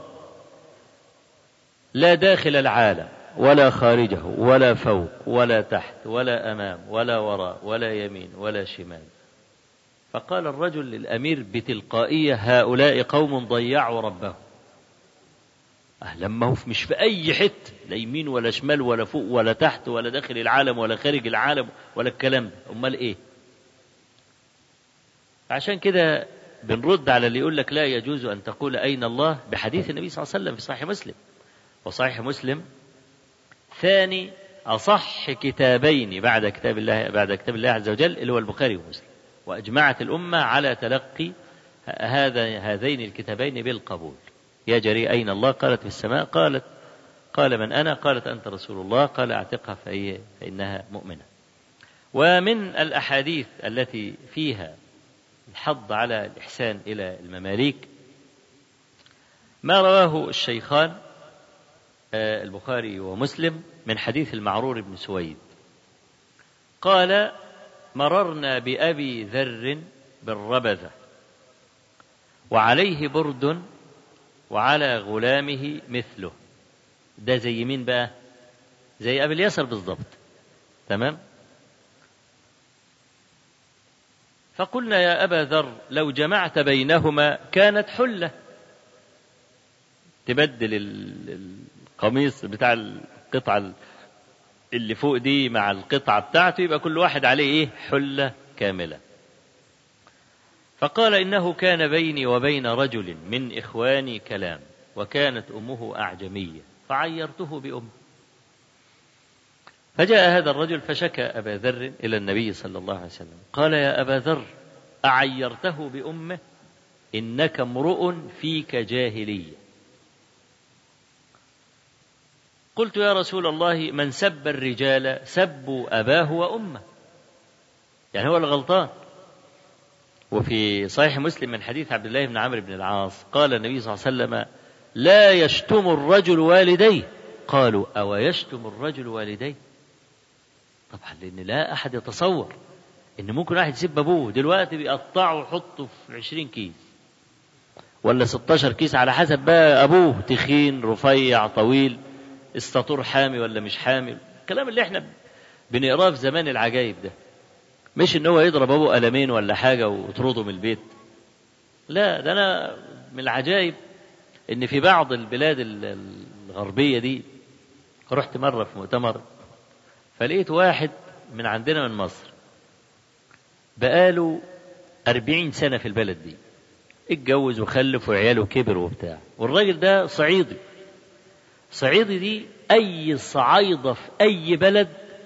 لا داخل العالم ولا خارجه ولا فوق ولا تحت ولا أمام ولا وراء ولا يمين ولا شمال. فقال الرجل للأمير بتلقائية هؤلاء قوم ضيعوا ربهم. لما هو مش في أي حتة، لا يمين ولا شمال ولا فوق ولا تحت ولا داخل العالم ولا خارج العالم ولا الكلام ده، أمال إيه؟ عشان كده بنرد على اللي يقول لك لا يجوز أن تقول أين الله بحديث النبي صلى الله عليه وسلم في صحيح مسلم. وصحيح مسلم ثاني أصح كتابين بعد كتاب الله عز وجل اللي هو البخاري ومسلم، وأجمعت الأمة على تلقي هذين الكتابين بالقبول. يا جري أين الله؟ قالت في السماء. قال من أنا؟ قالت أنت رسول الله. قال اعتقها فإنها مؤمنة. ومن الأحاديث التي فيها الحض على الإحسان إلى المماليك ما رواه الشيخان البخاري ومسلم من حديث المعرور بن سويد قال مررنا بأبي ذر بالربذة وعليه برد وعلى غلامه مثله. ده زي مين بقى؟ زي أبي اليسر بالضبط. تمام. فقلنا يا أبا ذر لو جمعت بينهما كانت حلة، تبدل القميص بتاع القطعة اللي فوق دي مع القطعة بتاعته يبقى كل واحد عليه إيه؟ حلة كاملة. فقال إنه كان بيني وبين رجل من إخواني كلام، وكانت أمه أعجمية، فعيرته بأمه. فجاء هذا الرجل فشكى أبا ذر إلى النبي صلى الله عليه وسلم قال يا أبا ذر أعيرته بأمه؟ إنك امرؤ فيك جاهلية. قلت يا رسول الله من سب الرجال سبوا أباه وأمه، يعني هو الغلطان. وفي صحيح مسلم من حديث عبد الله بن عمرو بن العاص قال النبي صلى الله عليه وسلم لا يشتم الرجل والديه. قالوا أو يشتم الرجل والديه؟ طبعا لأن لا أحد يتصور إن ممكن واحد يسب أبوه. دلوقتي بيقطعوا ويحطوا في 20 كيس ولا 16 كيس على حسب بقى أبوه تخين رفيع طويل، استطور حامي ولا مش حامي. الكلام اللي احنا بنقراه في زمان العجائب ده، مش ان هو يضرب ابوه قلمين ولا حاجة وترده من البيت. لا، ده انا من العجائب ان في بعض البلاد الغربية دي رحت مرة في مؤتمر فلقيت واحد من عندنا من مصر بقاله 40 سنة في البلد دي، اتجوز وخلف وعياله كبر وبتاع، والراجل ده صعيدي دي أي صعيدة في أي بلد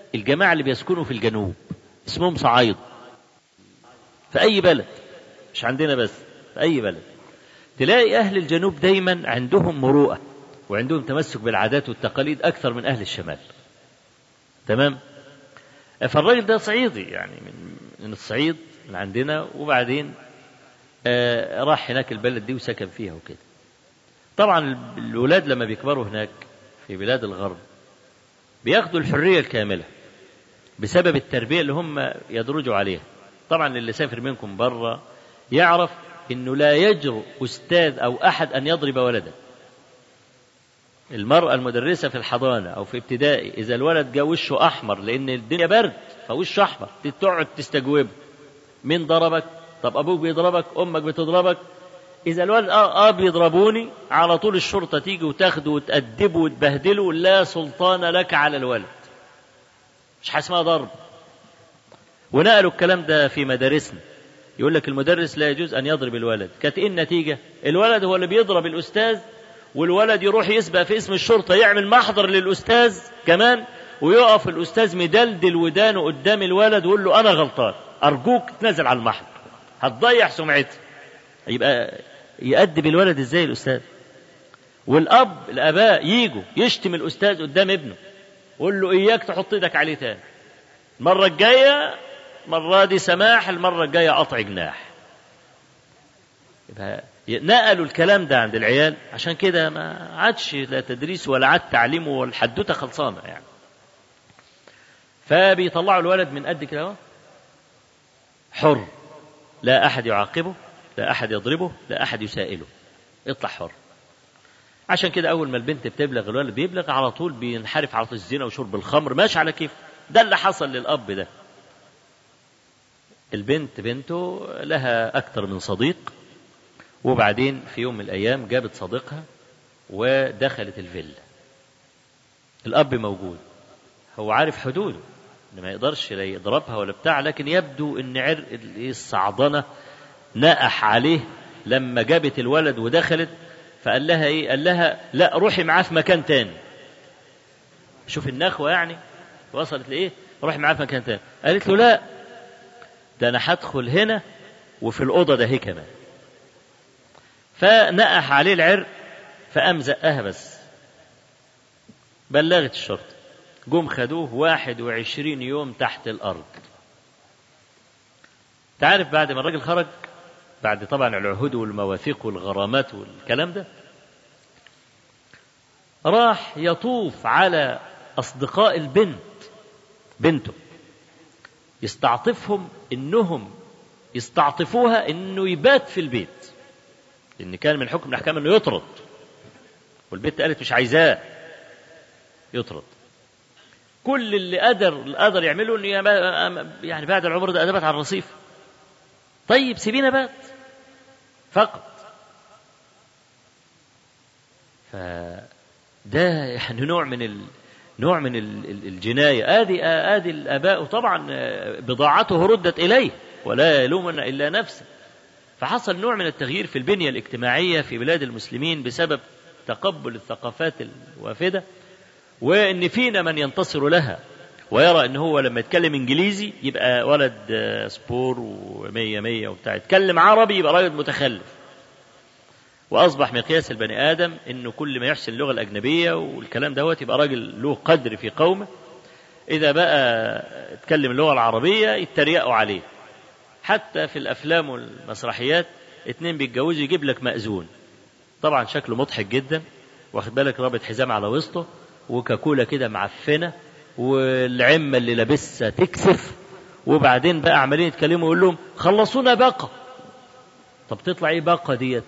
الجماعة اللي بيسكنوا في الجنوب اسمهم صعايد، في أي بلد، مش عندنا بس، في أي بلد تلاقي أهل الجنوب دايما عندهم مروءة وعندهم تمسك بالعادات والتقاليد أكثر من أهل الشمال. تمام. فالراجل ده صعيدي يعني من الصعيد من عندنا، وبعدين راح هناك البلد دي وسكن فيها وكده. طبعا الولاد لما بيكبروا هناك في بلاد الغرب بياخدوا الحرية الكاملة بسبب التربية اللي هم يدرجوا عليها. طبعا اللي سافر منكم برا يعرف انه لا يجرؤ استاذ او احد ان يضرب ولدا. المرأة المدرسة في الحضانة او في ابتدائي اذا الولد جا وشه احمر لان الدنيا برد فوشه احمر تقعد تستجوبه، مين ضربك؟ طب ابوك بيضربك؟ امك بتضربك؟ اذا الولد بيضربوني، على طول الشرطة تيجي وتاخده وتأدبه وتبهدله، لا سلطان لك على الولد، مش حاسمها ضرب. ونقلوا الكلام ده في مدارسنا، يقول لك المدرس لا يجوز أن يضرب الولد. كانت إيه النتيجة؟ الولد هو اللي بيضرب الأستاذ، والولد يروح يسبق في اسم الشرطة يعمل محضر للأستاذ كمان، ويقف الأستاذ مدلدل ودانه قدام الولد ويقول له أنا غلطان، أرجوك تنزل على المحضر، هتضيع سمعتي. يبقى يأدب الولد إزاي الأستاذ؟ الآباء ييجوا يشتم الأستاذ قدام ابنه، يقول له إياك تحط إيدك عليه تاني، المرة الجاية، مرة دي سماح، المرة الجاية قطع جناح. نقلوا الكلام ده عند العيال، عشان كده ما عادش لا تدريس ولا عاد تعليم والحدوتة خلصانة يعني. فبيطلعوا الولد من قد كده حر، لا أحد يعاقبه، لا أحد يضربه، لا أحد يسائله، اطلع حر. عشان كده أول ما البنت بتبلغ الولد بيبلغ على طول بينحرف على الزنا وشرب الخمر، ماشي على كيف. ده اللي حصل للأب ده. البنت بنته لها أكتر من صديق، وبعدين في يوم من الأيام جابت صديقها ودخلت الفيلا. الأب موجود، هو عارف حدوده إن ما يقدرش لا يضربها ولا بتاع، لكن يبدو إن عرق الصعدنة نقح عليه لما جابت الولد ودخلت. فقال لها إيه؟ قال لها لا روحي معاه في مكان تاني. شوف النخوة يعني وصلت لإيه؟ روحي معاه في مكان تاني. قالت له لا، ده أنا هدخل هنا وفي الأوضة ده هي كمان. فنقح عليه العرق، فقام زقها، بس بلغت الشرطة، جم خدوه 21 يوم تحت الأرض. تعرف بعد ما الراجل خرج، بعد طبعا العهود والمواثيق والغرامات والكلام ده، راح يطوف على أصدقاء بنته يستعطفهم إنهم يستعطفوها إنه يبات في البيت، لأن كان من حكم الأحكام إنه يطرد، والبنت قالت مش عايزاه يطرد. كل اللي قدر يعمله إنه يعني بعد العمر ده أدبت على الرصيف. طيب سيبينا بات فقط. فده يعني نوع من الجناية. آدي الآباء، وطبعا بضاعته ردت إليه ولا يلومن إلا نفسه. فحصل نوع من التغيير في البنية الاجتماعية في بلاد المسلمين بسبب تقبل الثقافات الوافدة، وإن فينا من ينتصر لها ويرى إن هو لما يتكلم إنجليزي يبقى ولد سبور ومية مية وبتاع، يتكلم عربي يبقى راجل متخلف. وأصبح مقياس البني آدم إنه كل ما يحسن اللغة الأجنبية والكلام دوت يبقى راجل له قدر في قومه. إذا بقى يتكلم اللغة العربية يتريقوا عليه. حتى في الأفلام والمسرحيات 2 بيتجوزوا يجيب لك مأذون، طبعا شكله مضحك جدا، واخد بالك، رابط حزام على وسطه وكاكولا كده معفنة والعمة اللي لابسها تكسف، وبعدين بقى عمالين يتكلموا يقول لهم خلصونا باقة. طب تطلع ايه باقة ديت؟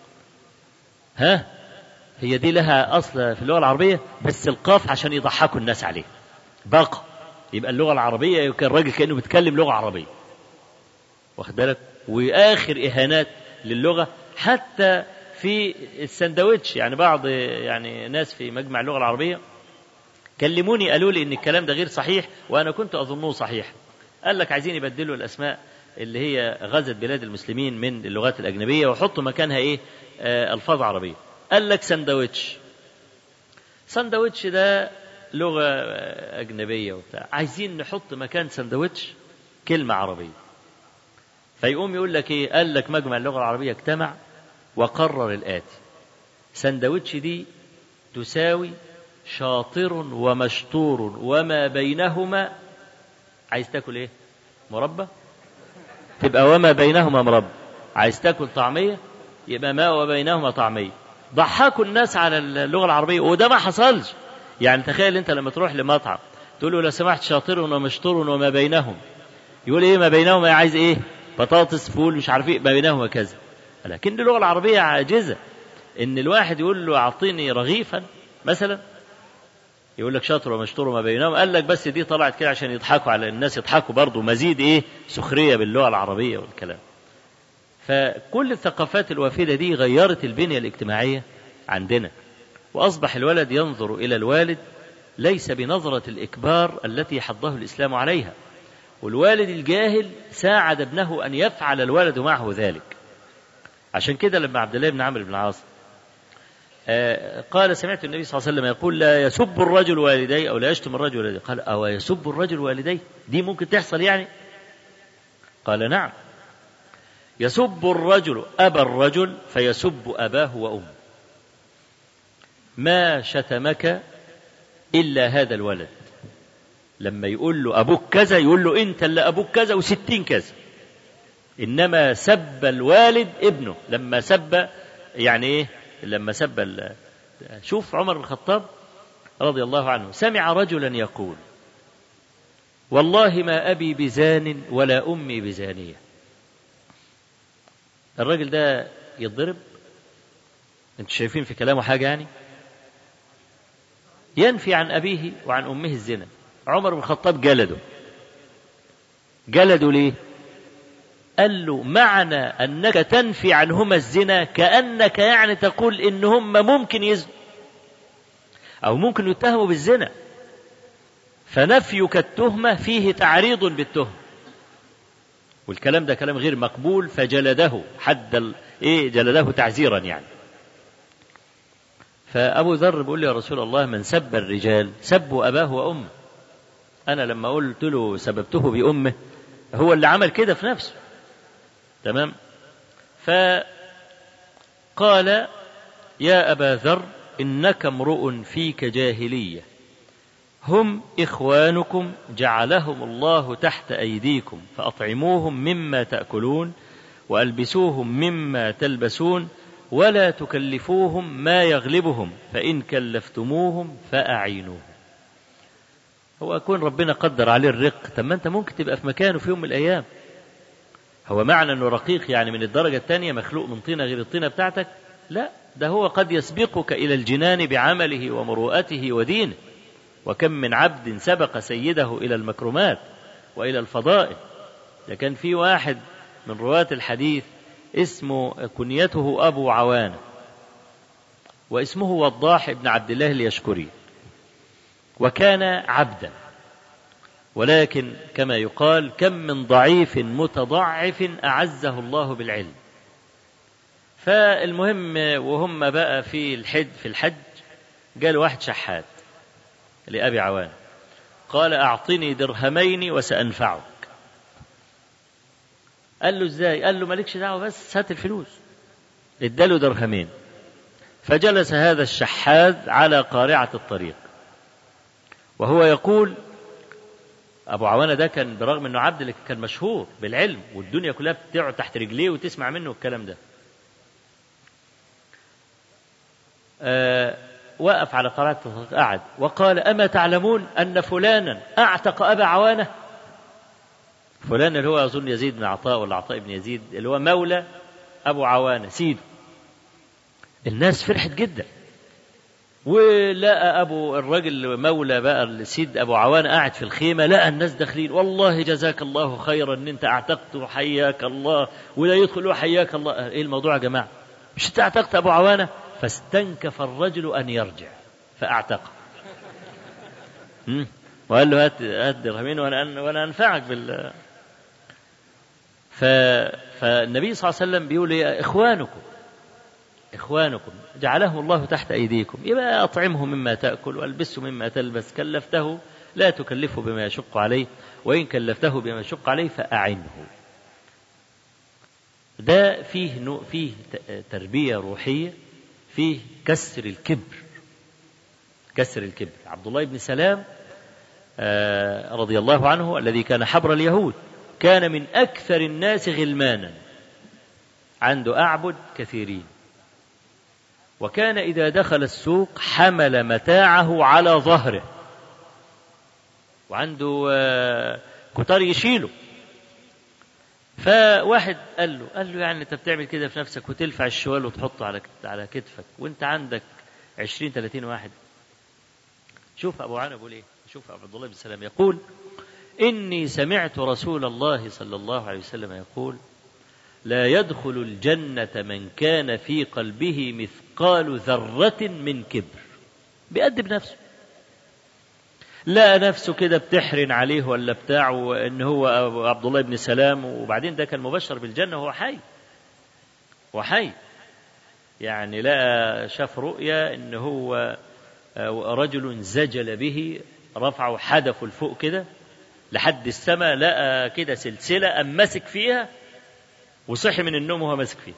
هي دي لها أصل في اللغة العربية، بس القاف عشان يضحكوا الناس عليه. باقة يبقى اللغة العربية يمكن الراجل كأنه بيتكلم لغة عربية، واخد بالك. وآخر إهانات للغة حتى في السندوتش. يعني بعض يعني ناس في مجمع اللغة العربية كلموني قالوا لي إن الكلام ده غير صحيح، وأنا كنت أظنه صحيح. قال لك عايزين يبدلوا الأسماء اللي هي غزت بلاد المسلمين من اللغات الأجنبية وحطوا مكانها إيه؟ ألفاظ عربية. قال لك سندوتش ده لغة أجنبية وبتاع، عايزين نحط مكان سندوتش كلمة عربية، فيقوم يقول لك إيه؟ قال لك مجمع اللغة العربية اجتمع وقرر الآتي: سندوتش دي تساوي شاطر ومشطور وما بينهما. عايز تاكل ايه؟ مربى؟ تبقى وما بينهما مربى. عايز تاكل طعمية؟ يبقى ما وبينهما طعمية. ضحكوا الناس على اللغة العربية، وده ما حصلش. يعني تخيل انت لما تروح لمطعم تقول له لو سمحت شاطر ومشطور وما بينهم، يقول ايه ما بينهما؟ عايز ايه؟ بطاطس، فول، مش عارف ايه، ما بينهما كذا. لكن اللغة العربية عاجزة ان الواحد يقول له اعطيني رغيفا مثلا، يقول لك شاطر ومشطور وما بينهم. قال لك بس دي طلعت كده عشان يضحكوا على الناس، يضحكوا برضه، مزيد ايه؟ سخرية باللغة العربية والكلام. فكل الثقافات الوافدة دي غيرت البنية الاجتماعية عندنا، وأصبح الولد ينظر إلى الوالد ليس بنظرة الإكبار التي حضه الإسلام عليها، والوالد الجاهل ساعد ابنه أن يفعل الولد معه ذلك. عشان كده لما عبد الله بن عمرو بن العاص قال سمعت النبي صلى الله عليه وسلم يقول لا يسب الرجل والديه أو لا يشتم الرجل والديه، قال أو يسب الرجل والديه؟ دي ممكن تحصل يعني؟ قال نعم، يسب الرجل أبا الرجل فيسب أباه وأمه. ما شتمك إلا هذا الولد، لما يقول له أبوك كذا يقول له أنت اللي أبوك كذا و60 كذا. إنما سب الوالد ابنه لما سب، يعني إيه؟ لما سب شوف عمر بن الخطاب رضي الله عنه سمع رجلا يقول والله ما أبي بزان ولا أمي بزانية. الراجل ده يتضرب؟ انتوا شايفين في كلامه حاجة يعني؟ ينفي عن أبيه وعن أمه الزنا. عمر بن الخطاب جلده ليه؟ قال له معنى أنك تنفي عنهما الزنا كأنك يعني تقول إن هم ممكن يزنوا أو ممكن يتهموا بالزنا، فنفيك التهمة فيه تعريض بالتهمة، والكلام ده كلام غير مقبول. فجلده حد جلده تعزيرا يعني. فأبو ذر بيقول لي يا رسول الله من سب الرجال سبوا أباه وأمه. أنا لما قلت له سببته بأمه هو اللي عمل كده في نفسه، تمام؟ فقال يا أبا ذر إنك امرؤ فيك جاهلية، هم إخوانكم جعلهم الله تحت أيديكم فأطعموهم مما تأكلون وألبسوهم مما تلبسون ولا تكلفوهم ما يغلبهم فإن كلفتموهم فأعينوهم. هو أكون ربنا قدر عليه الرق، طب ما أنت ممكن تبقى في مكانه في يوم من الأيام. هو معنى أنه رقيق يعني من الدرجة الثانية مخلوق من طينة غير الطينة بتاعتك؟ لا، ده هو قد يسبقك إلى الجنان بعمله ومروءته ودينه. وكم من عبد سبق سيده إلى المكرمات وإلى الفضائل. ده كان في واحد من رواة الحديث اسمه كنيته أبو عوانة، واسمه وضاح بن عبد الله اليشكري، وكان عبدا، ولكن كما يقال كم من ضعيف متضعف أعزه الله بالعلم. فالمهم وهم بقى في الحج قال واحد شحات لأبي عوانة قال أعطني درهمين وسأنفعك. قال له ازاي؟ قال له مالكش دعوة بس هات الفلوس. اداله درهمين. فجلس هذا الشحاذ على قارعة الطريق وهو يقول، أبو عوانة ده كان برغم أنه عبد لكن كان مشهور بالعلم والدنيا كلها بتقعد تحت رجليه وتسمع منه الكلام ده. وقف على قارعة الطريق قعد وقال أما تعلمون أن فلانا أعتق أبا عوانة؟ فلان اللي هو أظن يزيد بن عطاء ولا عطاء بن يزيد اللي هو مولى أبو عوانة سيده. الناس فرحت جدا، ولقى أبو الرجل مولى بقى السيد أبو عوانة قاعد في الخيمة، لقى الناس داخلين والله جزاك الله خيرا أن أنت اعتقت وحياك الله، ولا يدخل حياك الله. إيه الموضوع يا جماعة؟ مش أنت اعتقت أبو عوانة؟ فاستنكف الرجل أن يرجع فاعتقه وقال له هات درهمين وأنا أنفعك بال. فالنبي صلى الله عليه وسلم بيقول يا إخوانكم إخوانكم جعلهم الله تحت أيديكم، يبقى أطعمه مما تأكل وألبسه مما تلبس، كلفته لا تكلفه بما يشق عليه، وإن كلفته بما يشق عليه فأعنه. ده فيه تربية روحية، فيه كسر الكبر. عبد الله بن سلام رضي الله عنه الذي كان حبر اليهود كان من أكثر الناس غلمانا، عنده أعبد كثيرين، وكان إذا دخل السوق حمل متاعه على ظهره، وعنده كتار يشيله. فواحد قال له يعني أنت بتعمل كده في نفسك وتلفع الشوال وتحطه على كتفك وانت عندك 20-30 واحد. شوف أبو عانى بيقول إيه، شوف عبد الله بن سلام يقول: إني سمعت رسول الله صلى الله عليه وسلم يقول: لا يدخل الجنة من كان في قلبه مثقال ذرة من كبر. بيأدب نفسه، لا نفسه كده بتحرن عليه ولا بتاعه إن هو عبد الله بن سلام، وبعدين ده كان مبشر بالجنة وهو حي يعني لا شاف رؤيا إن هو رجل زجل به رفعه حدفه لفوق كده لحد السماء، لقى كده سلسلة أمسك فيها وصحي من النوم وهو ماسك فيها.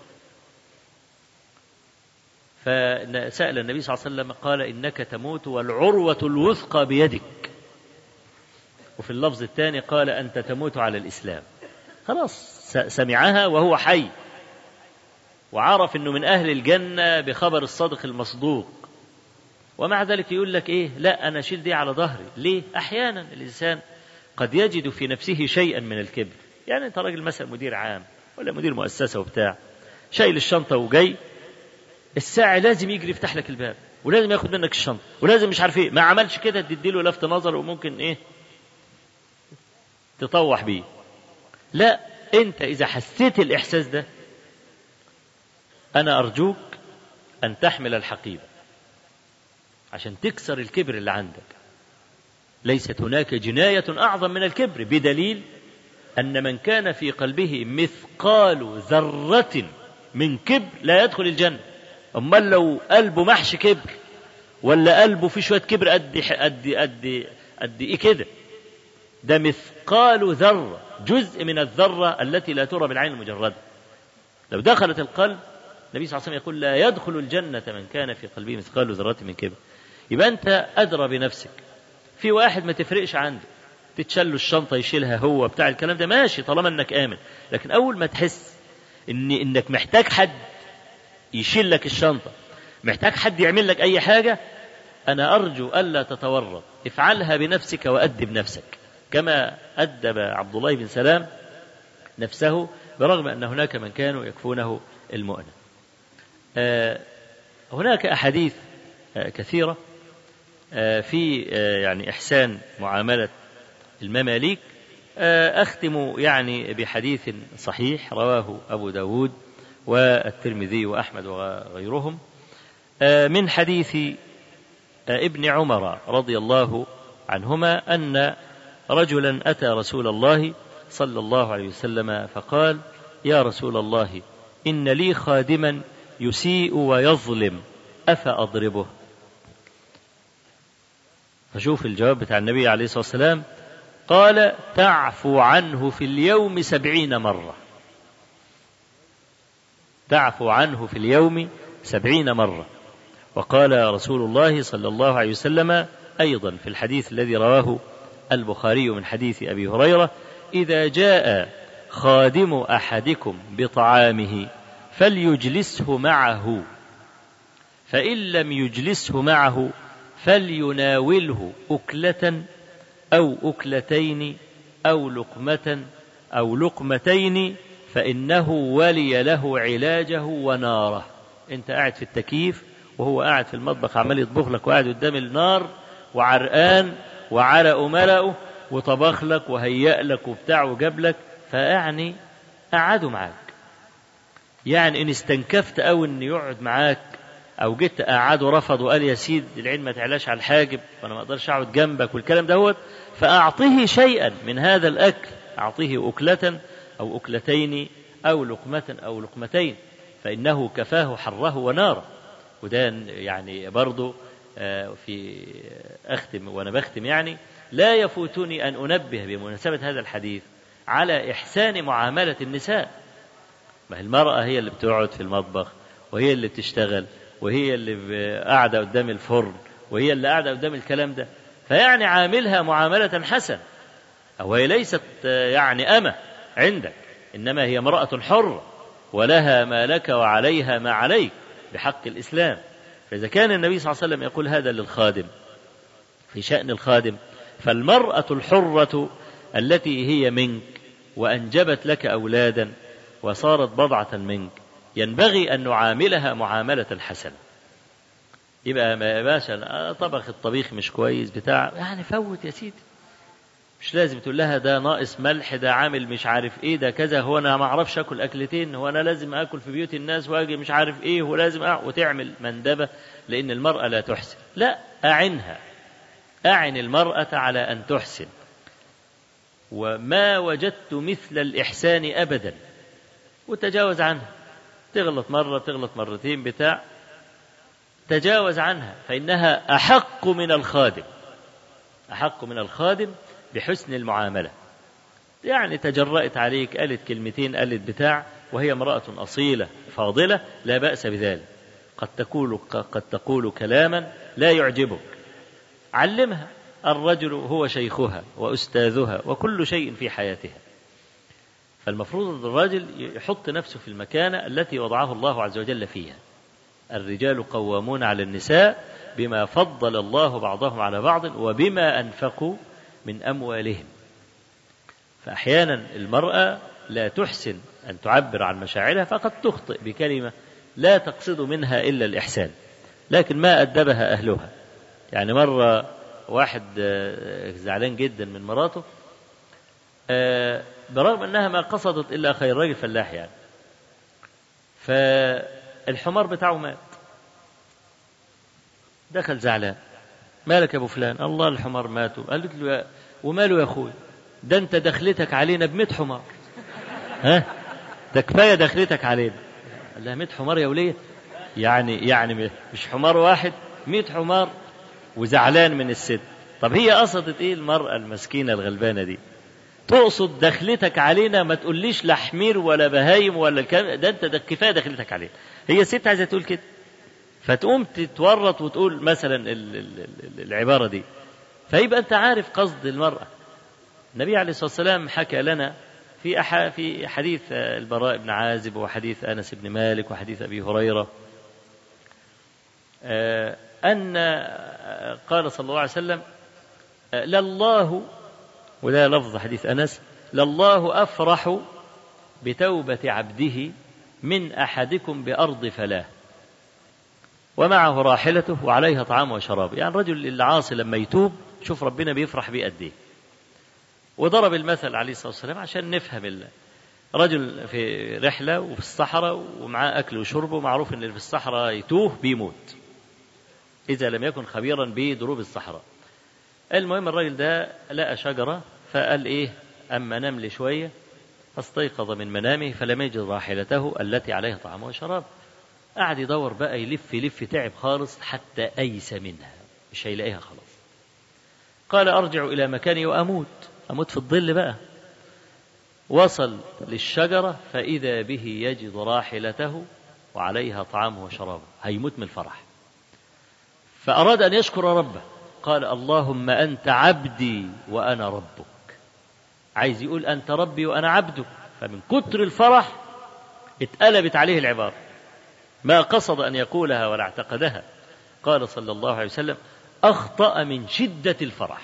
فسأل النبي صلى الله عليه وسلم قال: إنك تموت والعروة الوثقى بيدك. وفي اللفظ الثاني قال: أنت تموت على الإسلام. خلاص سمعها وهو حي، وعرف أنه من أهل الجنة بخبر الصادق المصدوق، ومع ذلك يقول لك إيه؟ لا أنا أشيل دي على ظهري. ليه؟ أحيانا الإنسان قد يجد في نفسه شيئا من الكبر. يعني أنت راجل مثلا مدير عام ولا مدير مؤسسة وبتاع، شايل الشنطة وجاي، الساعي لازم يجري يفتح لك الباب ولازم ياخد منك الشنطة ولازم مش عارف ايه، ما عملش كده تديله لفت نظر وممكن ايه تطوح بيه. لا، انت اذا حسيت الاحساس ده انا ارجوك ان تحمل الحقيبة عشان تكسر الكبر اللي عندك. ليست هناك جناية اعظم من الكبر، بدليل أن من كان في قلبه مثقال ذرة من كبر لا يدخل الجنة. أمال لو قلبه محشي كبر ولا قلبه في شوية كبر قد إيه كده، ده مثقال ذرة، جزء من الذرة التي لا ترى بالعين المجردة. لو دخلت القلب، النبي صلى الله عليه وسلم يقول: لا يدخل الجنة من كان في قلبه مثقال ذرة من كبر. يبقى أنت أدرى بنفسك. في واحد ما تفرقش عنده، تتشل الشنطة يشيلها هو بتاع الكلام ده ماشي طالما انك آمن، لكن أول ما تحس انك محتاج حد يشيل لك الشنطة، محتاج حد يعمل لك أي حاجة، أنا أرجو ألا تتورط، افعلها بنفسك وأدب نفسك كما أدب عبد الله بن سلام نفسه، برغم أن هناك من كانوا يكفونه المؤنة. هناك أحاديث كثيرة في يعني إحسان معاملة المماليك. أختم يعني بحديث صحيح رواه أبو داود والترمذي وأحمد وغيرهم من حديث ابن عمر رضي الله عنهما أن رجلا أتى رسول الله صلى الله عليه وسلم فقال: يا رسول الله، إن لي خادما يسيء ويظلم، أفأضربه؟ فشوف الجواب بتاع النبي عليه الصلاة والسلام، قال: تعفو عنه في اليوم 70 مرة. تعفو عنه في اليوم 70 مرة. وقال رسول الله صلى الله عليه وسلم أيضا في الحديث الذي رواه البخاري من حديث أبي هريرة: إذا جاء خادم أحدكم بطعامه فليجلسه معه، فإن لم يجلسه معه فليناوله أكلة أو أكلتين أو لقمة أو لقمتين، فإنه ولي له علاجه وناره. أنت قاعد في التكييف وهو قاعد في المطبخ عمال يطبخ لك، وقاعد قدام النار وعرقان وعرق ملأه وطبخ لك وهيأ لك وبتاع وجاب لك، فيعني قعدوا معاك. يعني إن استنكفت أو إن يقعد معاك أو جيت قعدوا رفض وقال: يا سيد العين ما تعلاش على الحاجب وأنا ما أقدرش أقعد جنبك والكلام دوت، فأعطيه شيئا من هذا الأكل، أعطيه أكلة أو أكلتين أو لقمة أو لقمتين. فإنه كفاه حره وناره. وده يعني برضو في أختم وأنا بختم يعني لا يفوتني أن أنبه بمناسبة هذا الحديث على إحسان معاملة النساء. ما المرأة هي اللي بتقعد في المطبخ، وهي اللي بتشتغل، وهي اللي قاعدة قدام الفرن، وهي اللي قاعدة قدام الكلام ده، فيعني عاملها معاملة حسنة. أو هي ليست يعني أمة عندك، إنما هي امرأة حرة ولها ما لك وعليها ما عليك بحق الإسلام. فإذا كان النبي صلى الله عليه وسلم يقول هذا للخادم في شأن الخادم، فالمرأة الحرة التي هي منك وأنجبت لك أولادا وصارت بضعة منك ينبغي أن نعاملها معاملة حسنة. يبقى ما باشا طبخ الطبيخ مش كويس بتاع يعني فوت يا سيدي، مش لازم تقول لها ده ناقص ملح، ده عامل مش عارف ايه، ده كذا، هو انا ما اعرفش اكل اكلتين، هو انا لازم اكل في بيوت الناس واجي مش عارف ايه، ولازم وتعمل مندبه لان المراه لا تحسن. لا، اعنها، اعن المراه على ان تحسن. وما وجدت مثل الاحسان ابدا، وتجاوز عنها. تغلط مره تغلط مرتين بتاع، تجاوز عنها، فانها احق من الخادم، احق من الخادم بحسن المعاملة. يعني تجرأت عليك، قالت كلمتين، قالت بتاع، وهي امرأة أصيلة فاضلة، لا بأس بذلك. قد تقول كلاما لا يعجبك، علمها. الرجل هو شيخها وأستاذها وكل شيء في حياتها. فالمفروض الرجل يحط نفسه في المكانة التي وضعه الله عز وجل فيها. الرجال قوامون على النساء بما فضل الله بعضهم على بعض وبما أنفقوا من أموالهم. فأحيانا المرأة لا تحسن أن تعبر عن مشاعرها، فقد تخطئ بكلمة لا تقصد منها إلا الإحسان، لكن ما أدبها أهلها. يعني مرة واحد زعلان جدا من مراته، برغم أنها ما قصدت إلا خير، راجل فلاح يعني، فالحمار بتاعه مات. دخل زعلان، مالك يا ابو فلان؟ الله الحمار ماتوا. قالت له وماله يا اخوي؟ ده انت دخلتك علينا ب100 حمار، ها ده كفايه دخلتك علينا. قال لها 100 حمار يا وليه؟ يعني مش حمار واحد، 100 حمار، وزعلان من الست. طب هي قصدت ايه المرأة المسكينة الغلبانة دي؟ تقصد دخلتك علينا، ما تقوليش لا حمير ولا بهايم ولا الكلام ده، انت كفايه دخلتك علينا. هي الست عايزه تقول كده، فتقوم تتورط وتقول مثلا العبارة دي، فيبقى أنت عارف قصد المرأة. النبي عليه الصلاة والسلام حكى لنا في حديث البراء بن عازب وحديث أنس بن مالك وحديث أبي هريرة أن قال صلى الله عليه وسلم لله، وده لفظ حديث أنس، لله أفرح بتوبة عبده من أحدكم بأرض فلاه ومعه راحلته وعليها طعام وشراب. يعني الرجل العاصي لما يتوب شوف ربنا بيفرح بيه قد ايه. وضرب المثل عليه الصلاة والسلام عشان نفهم رجل في رحلة وفي الصحراء ومعاه أكل وشرب، ومعروف أن اللي في الصحراء يتوه بيموت إذا لم يكن خبيرا بدروب الصحراء. المهم الرجل ده لقى شجرة فقال إيه أما نمل شوية، فاستيقظ من منامه فلم يجد راحلته التي عليها طعام وشراب. قعد يدور بقى، يلف تعب خالص حتى أيس منها، مش هيلاقيها خلاص. قال أرجع إلى مكاني وأموت في الظل بقى. وصل للشجرة فإذا به يجد راحلته وعليها طعامه وشرابه، هيموت من الفرح. فأراد أن يشكر ربه، قال اللهم أنت عبدي وأنا ربك. عايز يقول أنت ربي وأنا عبدك، فمن كتر الفرح اتقلبت عليه العبارة، ما قصد أن يقولها ولا اعتقدها. قال صلى الله عليه وسلم أخطأ من شدة الفرح.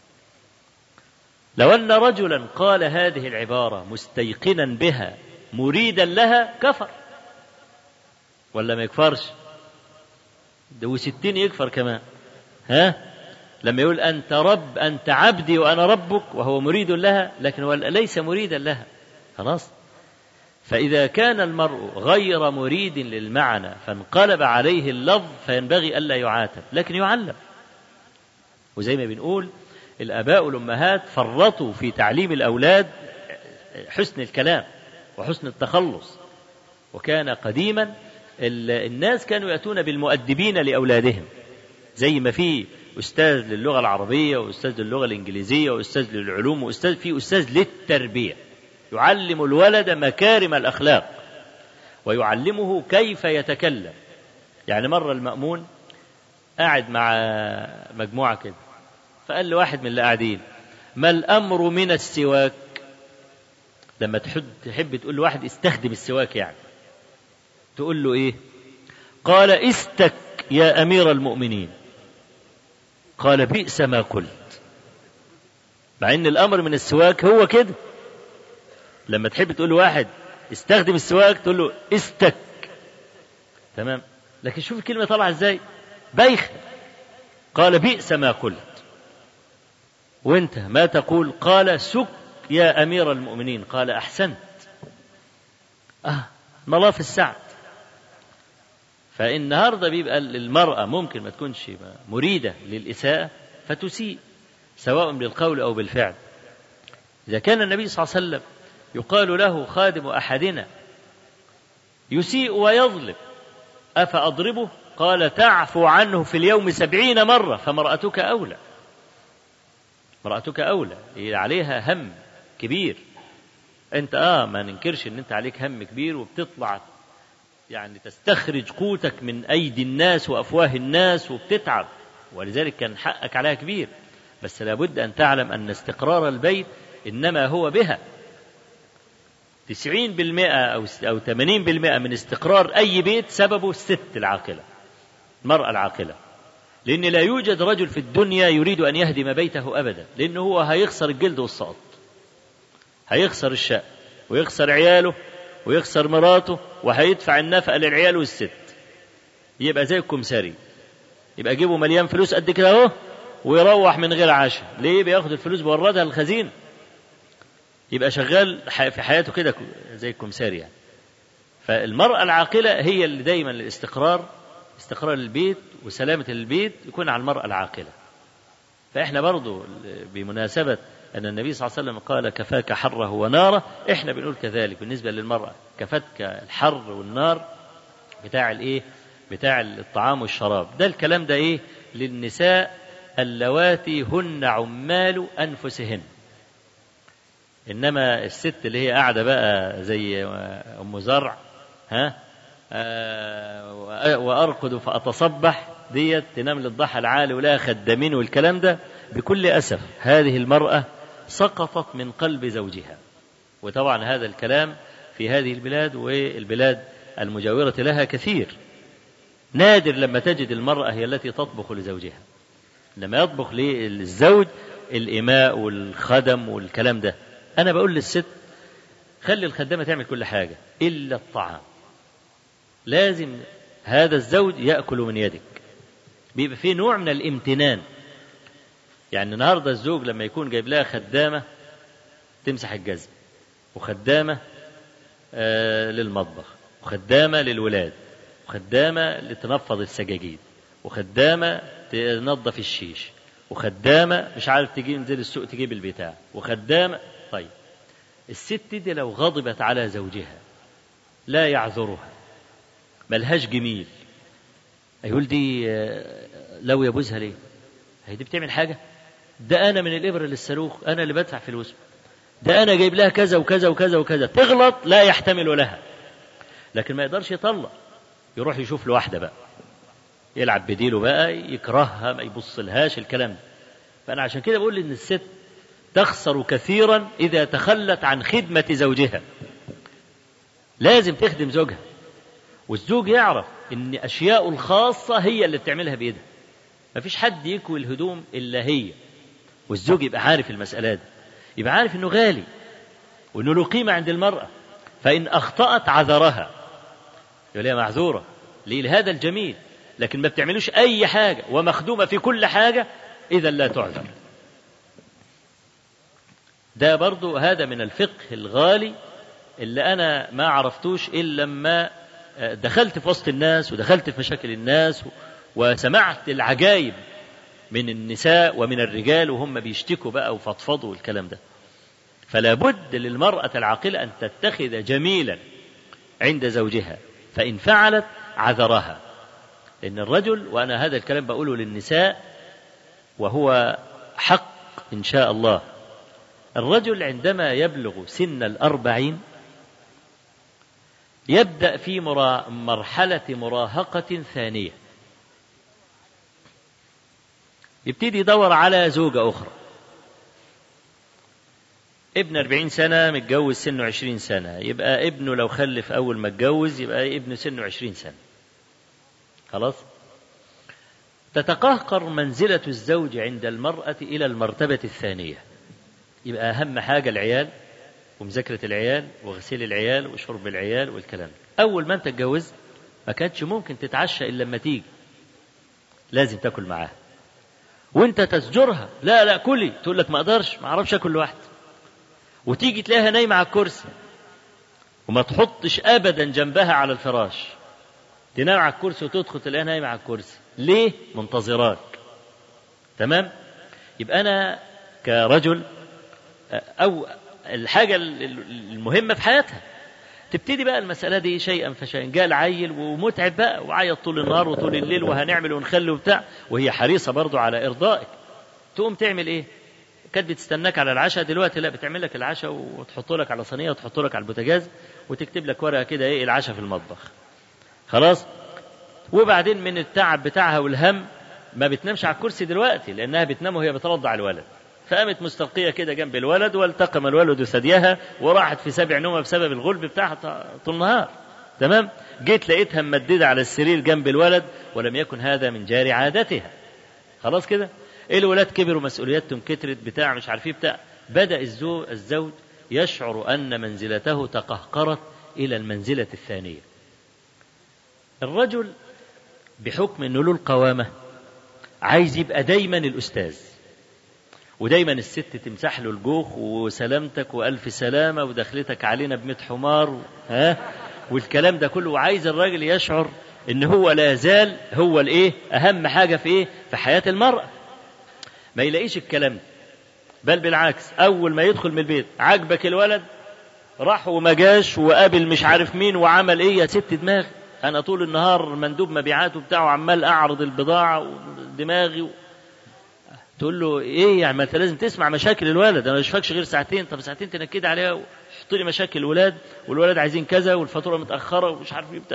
لو أن رجلا قال هذه العبارة مستيقنا بها مريدا لها كفر، ولا ما يكفرش؟ ده 60 يكفر كمان. لما يقول أنت عبدي وأنا ربك وهو مريد لها، لكن هو ليس مريدا لها خلاص. فإذا كان المرء غير مريد للمعنى فانقلب عليه اللفظ فينبغي ألا يعاتب، لكن يعلم. وزي ما بنقول الآباء والأمهات فرطوا في تعليم الأولاد حسن الكلام وحسن التخلص. وكان قديما الناس كانوا يأتون بالمؤدبين لأولادهم، زي ما في أستاذ للغة العربية وأستاذ للغة الإنجليزية وأستاذ للعلوم وأستاذ في أستاذ للتربية، يعلم الولد مكارم الأخلاق ويعلمه كيف يتكلم. يعني مرة المأمون قاعد مع مجموعة كده، فقال لواحد من اللي قاعدين: ما الأمر من السواك؟ لما تحب تقول لواحد استخدم السواك يعني تقول له إيه؟ قال: استك يا أمير المؤمنين. قال: بئس ما قلت. مع إن الأمر من السواك هو كده، لما تحب تقول لواحد استخدم السواك تقول له استك، تمام؟ لكن شوف الكلمة طالعة ازاي، بايخ. قال: بئس ما قلت. وانت ما تقول؟ قال: سك يا أمير المؤمنين. قال: أحسنت. ملاف السعد. فالنهارده بيبقى المرأة ممكن ما تكونش مريدة للإساءة فتسيء، سواء بالقول أو بالفعل. إذا كان النبي صلى الله عليه وسلم يقال له خادم أحدنا يسيء ويظلم أفأضربه؟ قال: تعفو عنه في اليوم 70 مرة، فمرأتك أولى. مرأتك أولى، عليها هم كبير. أنت ما ننكرش أن أنت عليك هم كبير، وبتطلع يعني تستخرج قوتك من أيدي الناس وأفواه الناس وبتتعب، ولذلك كان حقك عليها كبير. بس لابد أن تعلم أن استقرار البيت إنما هو بها. 90% أو 80% من استقرار أي بيت سببه الست العاقلة، المرأة العاقلة. لأن لا يوجد رجل في الدنيا يريد أن يهدم بيته أبدا، لأنه هو هيخسر الجلد والسقط، هيخسر الشقة ويخسر عياله ويخسر مراته وهيدفع النفقة للعيال والست. يبقى زي الكمساري، يبقى جيبه مليان فلوس قد كده اهو ويروح من غير عشاء. ليه؟ بياخد الفلوس بوردها للخزين، يبقى شغال في حياته كده زي الكمساري يعني. فالمرأة العاقلة هي اللي دايما الاستقرار، استقرار البيت وسلامة البيت يكون على المرأة العاقلة. فإحنا برضو بمناسبة أن النبي صلى الله عليه وسلم قال: كفاك حره وناره، إحنا بنقول كذلك بالنسبة للمرأة، كفتك الحر والنار بتاع الإيه؟ بتاع الطعام والشراب. ده الكلام ده إيه؟ للنساء اللواتي هن عمال أنفسهن. إنما الست اللي هي قاعدة بقى زي أم زرع وأرقد فأتصبح، ديت تنام للضحى العالي ولا خدامين والكلام ده، بكل أسف هذه المرأة سقطت من قلب زوجها. وطبعا هذا الكلام في هذه البلاد والبلاد المجاورة لها كثير. نادر لما تجد المرأة هي التي تطبخ لزوجها، لما يطبخ للزوج الإماء والخدم والكلام ده. أنا بقول للست: خلي الخدامة تعمل كل حاجة إلا الطعام. لازم هذا الزوج يأكل من يدك، بيبقى فيه نوع من الامتنان. يعني النهاردة الزوج لما يكون جايب لها خدامة تمسح الجزم، وخدامة للمطبخ، وخدامة للولاد، وخدامة لتنفض السجاجيد، وخدامة تنظف الشيش، وخدامة مش عارف تجيب نزل السوق تجيب البتاع، وخدامة. طيب الست دي لو غضبت على زوجها لا يعذرها، ملهاش جميل، يقول دي لو يبوزها ليه؟ هي دي بتعمل حاجة؟ ده أنا من الإبرة للصاروخ، أنا اللي بدفع فلوس، ده أنا جايب لها كذا وكذا وكذا وكذا. تغلط لا يحتمل لها، لكن ما يقدرش يطلق، يروح يشوف له واحدة بقى يلعب بديله بقى، يكرهها، ما يبص لهاش الكلام ده. فأنا عشان كده بقول إن الست تخسر كثيرا إذا تخلت عن خدمة زوجها. لازم تخدم زوجها، والزوج يعرف إن أشياء الخاصة هي اللي بتعملها بيدها. ما فيش حد يكوي الهدوم إلا هي، والزوج يبقى عارف المسألة دي، يبقى عارف إنه غالي وإنه له قيمة عند المرأة. فإن أخطأت عذرها، يقول لها معذورة لهذا الجميل، لكن ما بتعملوش أي حاجة ومخدومة في كل حاجة، إذا لا تعذر. ده برضو هذا من الفقه الغالي اللي أنا ما عرفتوش إلا لما دخلت في وسط الناس ودخلت في مشاكل الناس وسمعت العجائب من النساء ومن الرجال وهم بيشتكوا بقى وفضفضوا والكلام ده. فلا بد للمرأة العاقلة أن تتخذ جميلا عند زوجها، فإن فعلت عذرها. إن الرجل، وأنا هذا الكلام بقوله للنساء وهو حق إن شاء الله، الرجل عندما يبلغ سن 40 يبدأ في مرحلة مراهقة ثانية، يبتدي يدور على زوجة أخرى. ابن 40 سنة متجوز سنه 20 سنة، يبقى ابنه لو خلف أول ما اتجوز يبقى ابنه سنه 20 سنة. خلاص؟ تتقهقر منزلة الزوج عند المرأة إلى المرتبة الثانية. يبقى أهم حاجة العيال ومذاكرة العيال وغسيل العيال وشرب العيال والكلام. أول ما أنت تتجوز ما كانتش ممكن تتعشى إلا لما تيجي، لازم تاكل معاها، وأنت تزجرها لا لا كلي، تقول لك ما أقدرش، ما أعرفش أكل لوحدي، وتيجي تلاقيها نايمة على الكرسي وما تحطش أبدا جنبها على الفراش، تنام على الكرسي وتدخل تلاقيها نايمة على الكرسي. ليه؟ منتظراك. تمام؟ يبقى أنا كرجل أو الحاجة المهمة في حياتها تبتدي بقى المسألة دي شيئا فشيئا. جاء العيل ومتعب بقى وعيط طول النهار وطول الليل وهنعمل ونخلي وبتاع، وهي حريصة برضو على إرضائك، تقوم تعمل إيه؟ كانت بتستناك على العشاء، دلوقتي لا، بتعمل لك العشاء وتحط لك على صينية وتحط لك على البوتاجاز وتكتب لك ورقة كده إيه العشاء في المطبخ. خلاص؟ وبعدين من التعب بتاعها والهم ما بتنامش على الكرسي دلوقتي، لأنها بتنام وهي بترضع الولد، فقامت مستلقية كده جنب الولد والتقم الولد ثديها وراحت في 7 نومة بسبب الغلب بتاعها طول النهار. تمام؟ جيت لقيتها ممددة على السرير جنب الولد ولم يكن هذا من جاري عادتها. خلاص كده؟ الولاد كبروا، مسؤولياتهم كترت، بتاع مش عارفين بتاع، بدأ الزوج يشعر أن منزلته تقهقرت إلى المنزلة الثانية. الرجل بحكم أنه له القوامة عايز يبقى دايما الأستاذ، ودايما الست تمسح له الجوخ وسلامتك وألف سلامة ودخلتك علينا ب100 حمار والكلام ده كله، وعايز الراجل يشعر ان هو لا زال هو الايه اهم حاجة في ايه في حياة المرأة. ما يلاقيش الكلام ده، بل بالعكس، اول ما يدخل من البيت عجبك الولد راح وما جاش وقابل مش عارف مين وعمل ايه، يا ست دماغ انا طول النهار مندوب مبيعات وبتاعه عمال اعرض البضاعة ودماغي تقول له ايه يعني؟ ما انت لازم تسمع مشاكل الولد، انا مش فاكش غير ساعتين، طب ساعتين تنكد عليها وحط لي مشاكل الولاد والولاد عايزين كذا والفاتوره متاخره ومش عارف ايه بتاع.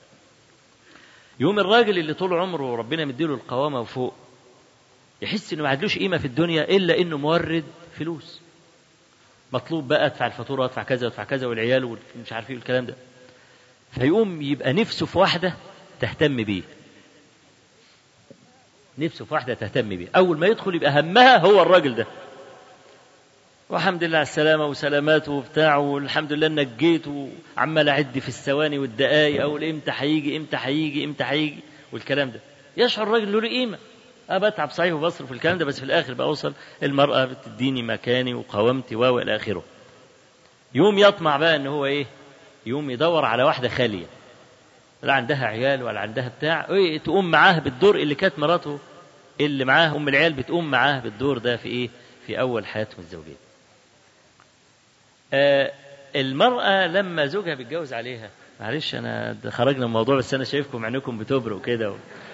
يوم الراجل اللي طول عمره ربنا مديله القوامه وفوق يحس انه ما عندوش قيمه في الدنيا الا انه مورد فلوس، مطلوب بقى ادفع الفاتوره وادفع كذا وادفع كذا والعيال ومش عارف ايه الكلام ده، فيقوم يبقى نفسه في واحده تهتم بيه، نفسه في واحدة تهتم بيه. أول ما يدخل يبقى همها هو الراجل ده، والحمد لله على السلامة وسلاماته وبتاع، والحمد لله انك جيت، وعمال أعد في الثواني والدقايق أقول إمتى هيجي إمتى هيجي إمتى هيجي والكلام ده. يشعر الراجل له قيمة، بتعب صحيح وبصرف الكلام ده، بس في الآخر بقى أوصل المرأة بتديني مكاني وقوامتي وإلى آخره. يوم يطمع بقى إن هو إيه، يوم يدور على واحدة خالية لا عندها عيال ولا عندها بتاع، ايه تقوم معاه بالدور اللي كانت مراته اللي معاه ام العيال بتقوم معاه بالدور ده في ايه في اول حياتهم الزوجيه. المرأة لما زوجها بيتجوز عليها، معلش انا خرجنا من الموضوع بس انا شايفكم عينكم بتبرق كده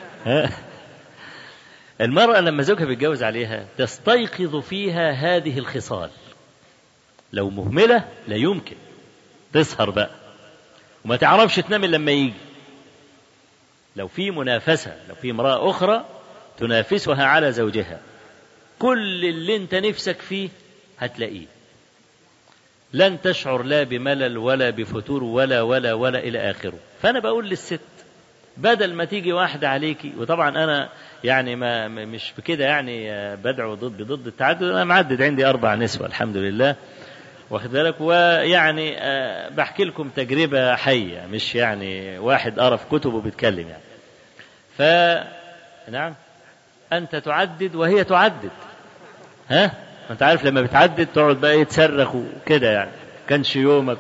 المرأة لما زوجها بيتجوز عليها تستيقظ فيها هذه الخصال، لو مهملة لا يمكن تسهر بقى وما تعرفش تنام إلا لما يجي. لو في منافسة، لو في امرأة أخرى تنافسها على زوجها، كل اللي انت نفسك فيه هتلاقيه، لن تشعر لا بملل ولا بفتور ولا إلى آخره. فأنا بقول للست بدل ما تيجي واحدة عليكي، وطبعا أنا يعني ما مش بكده يعني بدعو ضد التعدد، أنا معدد عندي 4 نسوة الحمد لله، واخد بالك، ويعني بحكي لكم تجربة حية، مش يعني واحد قرأ في كتبه بيتكلم يعني. نعم أنت تعدد وهي تعدد، أنت عارف لما بتعدد تقعد بقى يتصرخ وكده يعني كانش يومك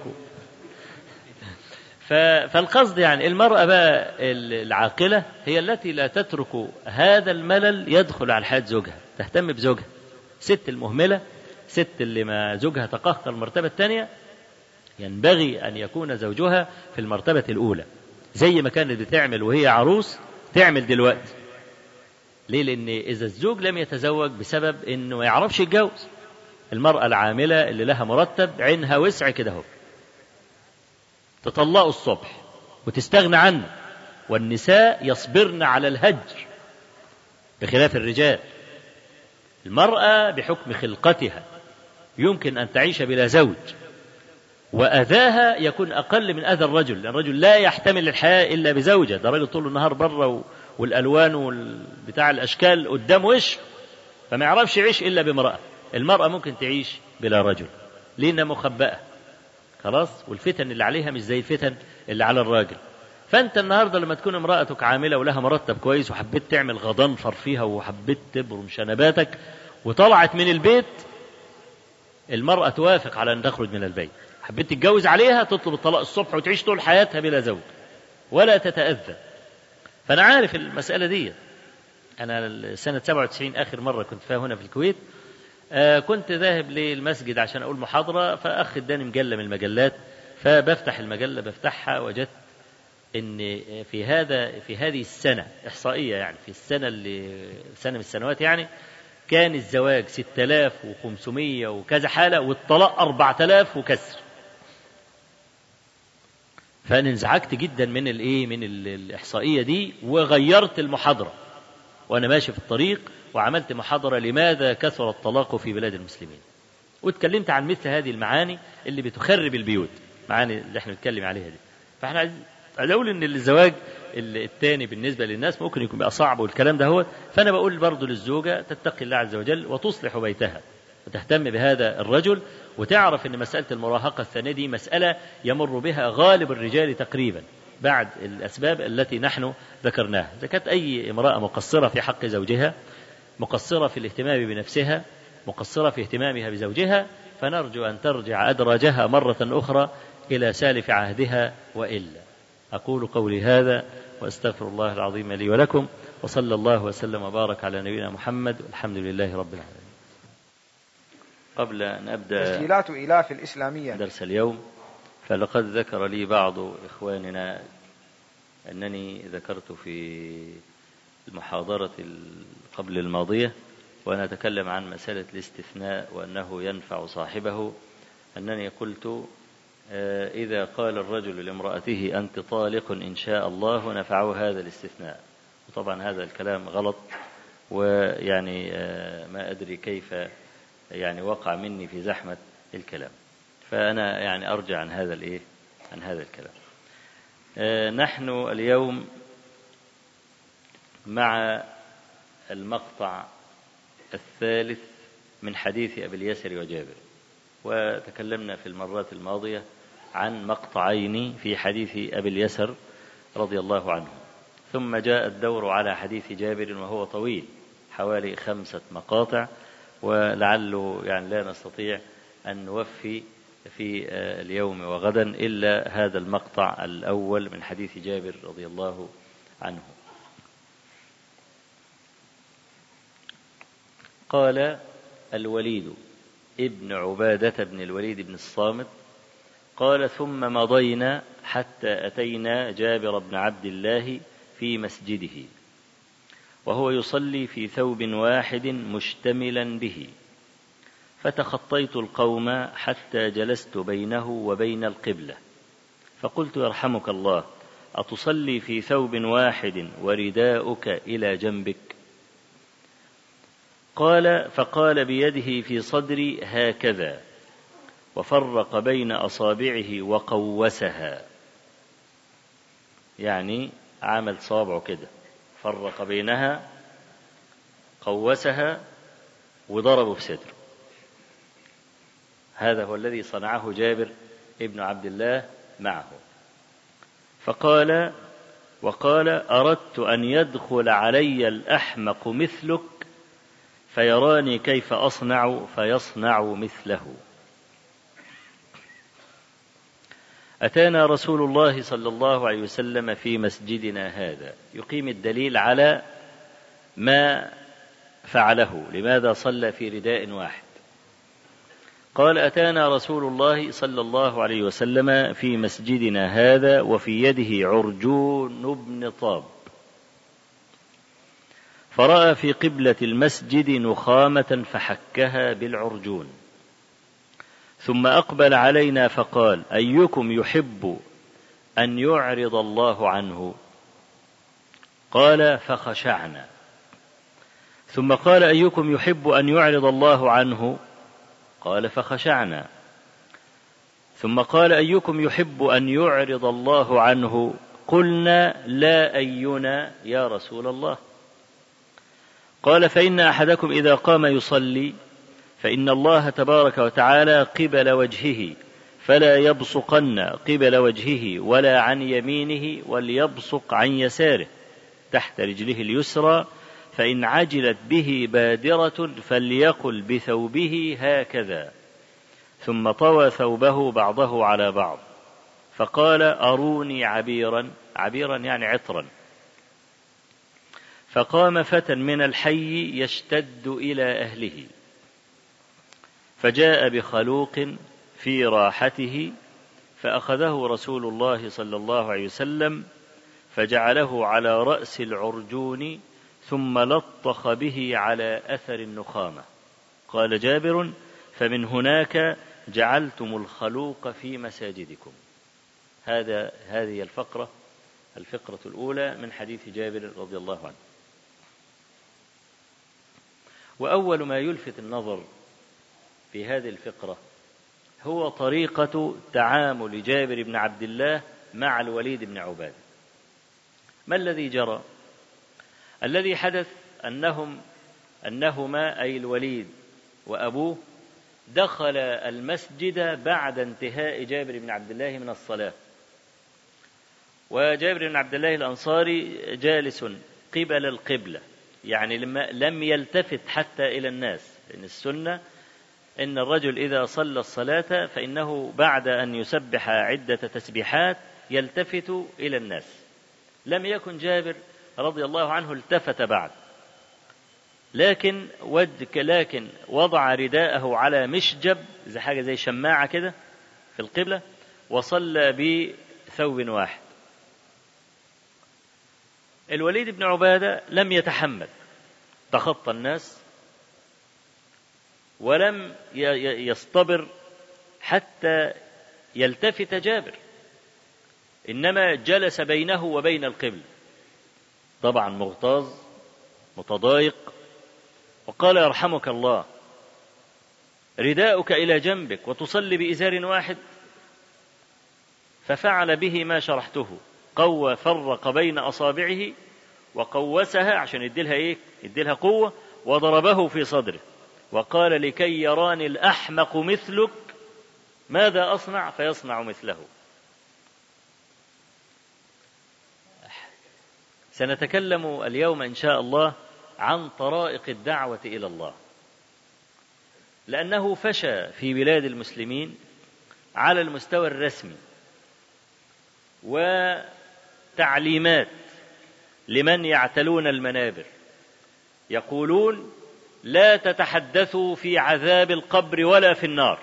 فالقصد يعني المرأة بقى العاقلة هي التي لا تترك هذا الملل يدخل على حياة زوجها، تهتم بزوجها. ست المهملة، ست اللي ما زوجها تقهقر المرتبة الثانية، ينبغي أن يكون زوجها في المرتبة الأولى، زي ما كانت بتعمل وهي عروس تعمل دلوقتي. ليه؟ لأن إذا الزوج لم يتزوج بسبب إنه ما يعرفش يتجوز، المرأة العاملة اللي لها مرتب عينها وسع كده هو تطلقه الصبح وتستغنى عنه، والنساء يصبرن على الهجر بخلاف الرجال. المرأة بحكم خلقتها يمكن أن تعيش بلا زوج، وأذاها يكون أقل من أذى الرجل، لأن الرجل لا يحتمل الحياة إلا بزوجة، ده راجل طول النهار بره والألوان والبتاع الأشكال قدام وش، فما يعرفش يعيش إلا بامرأة. المرأة ممكن تعيش بلا رجل لأنها مخبأة خلاص، والفتن اللي عليها مش زي الفتن اللي على الراجل. فأنت النهاردة لما تكون امرأتك عاملة ولها مرتب كويس وحبيت تعمل غضنفر فيها وحبيت تبرم شنباتك وطلعت من البيت، المرأة توافق على أن تخرج من البيت. حبيت تتجوز عليها تطلب الطلاق الصبح وتعيش طول حياتها بلا زوج ولا تتأذى. فأنا عارف المسألة دي. أنا سنة 97 آخر مرة كنت فيها هنا في الكويت، كنت ذاهب للمسجد عشان أقول محاضرة، فأخ اداني مجلة من المجلات، فبفتح المجلة بفتحها وجدت إن في هذه السنة إحصائية، يعني في السنة اللي سنة من السنوات يعني كان الزواج 6500 وكذا حالة، والطلاق 4000 وكسر. فأنا انزعجت جدا من الإحصائية دي، وغيرت المحاضرة وأنا ماشي في الطريق، وعملت محاضرة لماذا كثر الطلاق في بلاد المسلمين، واتكلمت عن مثل هذه المعاني اللي بتخرب البيوت، معاني اللي احنا بنتكلم عليها دي. فاحنا عايز اقول ان الزواج الثاني بالنسبة للناس ممكن يكون بقى صعب والكلام ده هو. فأنا بقول برضو للزوجة تتقي الله عز وجل وتصلح بيتها وتهتم بهذا الرجل، وتعرف ان مسألة المراهقة الثانية دي مسألة يمر بها غالب الرجال تقريبا بعد الأسباب التي نحن ذكرناها. إذا كانت أي امرأة مقصرة في حق زوجها، مقصرة في الاهتمام بنفسها، مقصرة في اهتمامها بزوجها، فنرجو أن ترجع أدراجها مرة أخرى إلى سالف عهدها، وإلا. أقول قولي هذا وأستغفر الله العظيم لي ولكم، وصلى الله وسلم وبارك على نبينا محمد، والحمد لله رب العالمين. قبل أن أبدأ تسجيلات إيلاف الإسلامية درس اليوم، فلقد ذكر لي بعض إخواننا أنني ذكرت في المحاضرة قبل الماضية وأنا أتكلم عن مسألة الاستثناء وأنه ينفع صاحبه، أنني قلت إذا قال الرجل لامرأته أنت طالق إن شاء الله نفعه هذا الاستثناء. وطبعا هذا الكلام غلط، ويعني ما أدري كيف يعني وقع مني في زحمة الكلام، فأنا يعني أرجع عن هذا الكلام. نحن اليوم مع المقطع الثالث من حديث أبي اليسر وجابر، وتكلمنا في المرات الماضية عن مقطعين في حديث أبي اليسر رضي الله عنه، ثم جاء الدور على حديث جابر وهو طويل حوالي 5 مقاطع، ولعله يعني لا نستطيع أن نوفي في اليوم وغدا إلا هذا المقطع الأول من حديث جابر رضي الله عنه. قال الوليد ابن عبادة بن الوليد بن الصامت قال ثم مضينا حتى أتينا جابر بن عبد الله في مسجده وهو يصلي في ثوب واحد مشتملا به، فتخطيت القوم حتى جلست بينه وبين القبلة، فقلت يرحمك الله أتصلي في ثوب واحد ورداؤك إلى جنبك؟ فقال بيده في صدري هكذا، وفرق بين أصابعه وقوسها، يعني عمل صابعه كده، فرق بينها قوسها وضربه في صدره. هذا هو الذي صنعه جابر ابن عبد الله معه. وقال أردت أن يدخل علي الأحمق مثلك فيراني كيف أصنع فيصنع مثله. أتانا رسول الله صلى الله عليه وسلم في مسجدنا هذا، يقيم الدليل على ما فعله، لماذا صلى في رداء واحد. قال: أتانا رسول الله صلى الله عليه وسلم في مسجدنا هذا وفي يده عرجون بن طاب، فرأى في قبلة المسجد نخامة فحكها بالعرجون، ثم أقبل علينا فقال: أيكم يحب أن يعرض الله عنه؟ قال: فخشعنا. ثم قال: أيكم يحب أن يعرض الله عنه؟ قال: فخشعنا. ثم قال: أيكم يحب أن يعرض الله عنه؟ قلنا: لا أينا يا رسول الله. قال: فإن أحدكم إذا قام يصلي فإن الله تبارك وتعالى قبل وجهه، فلا يبصقن قبل وجهه ولا عن يمينه، وليبصق عن يساره تحت رجله اليسرى، فإن عجلت به بادرة فليقل بثوبه هكذا، ثم طوى ثوبه بعضه على بعض، فقال: أروني عبيرا. عبيرا يعني عطرا. فقام فتى من الحي يشتد إلى أهله، فجاء بخلوق في راحته، فأخذه رسول الله صلى الله عليه وسلم فجعله على رأس العرجون، ثم لطخ به على أثر النخامة. قال جابر: فمن هناك جعلتم الخلوق في مساجدكم. هذه الفقرة الأولى من حديث جابر رضي الله عنه. وأول ما يلفت النظر في هذه الفقرة هو طريقة تعامل جابر بن عبد الله مع الوليد بن عبادة. ما الذي جرى؟ الذي حدث أنهما أي الوليد وأبوه دخل المسجد بعد انتهاء جابر بن عبد الله من الصلاة، وجابر بن عبد الله الأنصاري جالس قبل القبلة، يعني لم يلتفت حتى إلى الناس، لأن السنة إن الرجل إذا صلى الصلاة فإنه بعد أن يسبح عدة تسبيحات يلتفت إلى الناس. لم يكن جابر رضي الله عنه التفت بعد، لكن وضع رداءه على مشجب، زي حاجة زي شماعة كده في القبلة، وصلى بثوب واحد. الوليد بن عبادة لم يتحمل، تخطى الناس ولم يصطبر حتى يلتفت جابر، إنما جلس بينه وبين القبلة، طبعا مغتاظ متضايق، وقال: يرحمك الله، رداؤك إلى جنبك وتصلي بإزار واحد؟ ففعل به ما شرحته، فرق بين أصابعه وقوسها عشان يديلها قوة، وضربه في صدره، وقال: لكي يراني الأحمق مثلك ماذا أصنع؟ فيصنع مثله. سنتكلم اليوم إن شاء الله عن طرائق الدعوة إلى الله، لأنه فشى في بلاد المسلمين على المستوى الرسمي، وتعليمات لمن يعتلون المنابر يقولون: لا تتحدثوا في عذاب القبر ولا في النار،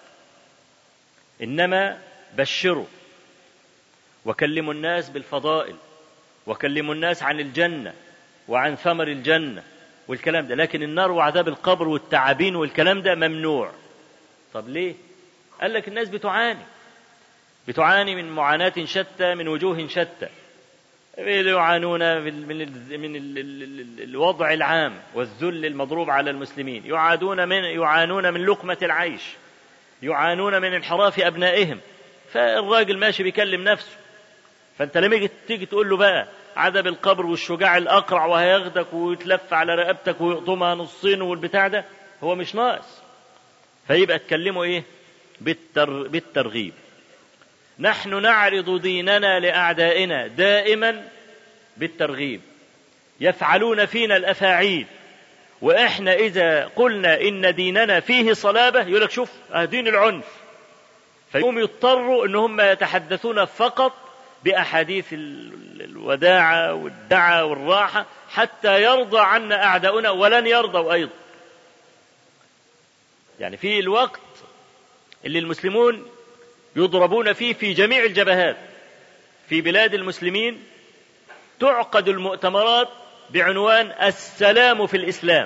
إنما بشروا وكلموا الناس بالفضائل، وكلموا الناس عن الجنة وعن ثمر الجنة والكلام ده، لكن النار وعذاب القبر والتعابين والكلام ده ممنوع. طب ليه؟ قال لك الناس بتعاني من معاناة شتى، من وجوه شتى، يعانون من الوضع العام والذل المضروب على المسلمين، يعانون من لقمة العيش، يعانون من انحراف أبنائهم. فالراجل ماشي بيكلم نفسه، فأنت لما تيجي تقول له بقى عذاب القبر والشجاع الأقرع وهياخدك ويتلف على رقبتك ويقطمها نصين والبتاع ده، هو مش ناقص. فيبقى تكلمه بالترغيب. نحن نعرض ديننا لأعدائنا دائما بالترغيب، يفعلون فينا الأفاعيل، وإحنا إذا قلنا إن ديننا فيه صلابة يقولك شوف دين العنف، فيقوم يضطروا إنهم يتحدثون فقط بأحاديث الوداعة والدعاء والراحة حتى يرضى عنا أعداؤنا، ولن يرضوا أيضا. يعني في الوقت اللي المسلمون يضربون فيه في جميع الجبهات في بلاد المسلمين، تعقد المؤتمرات بعنوان السلام في الإسلام.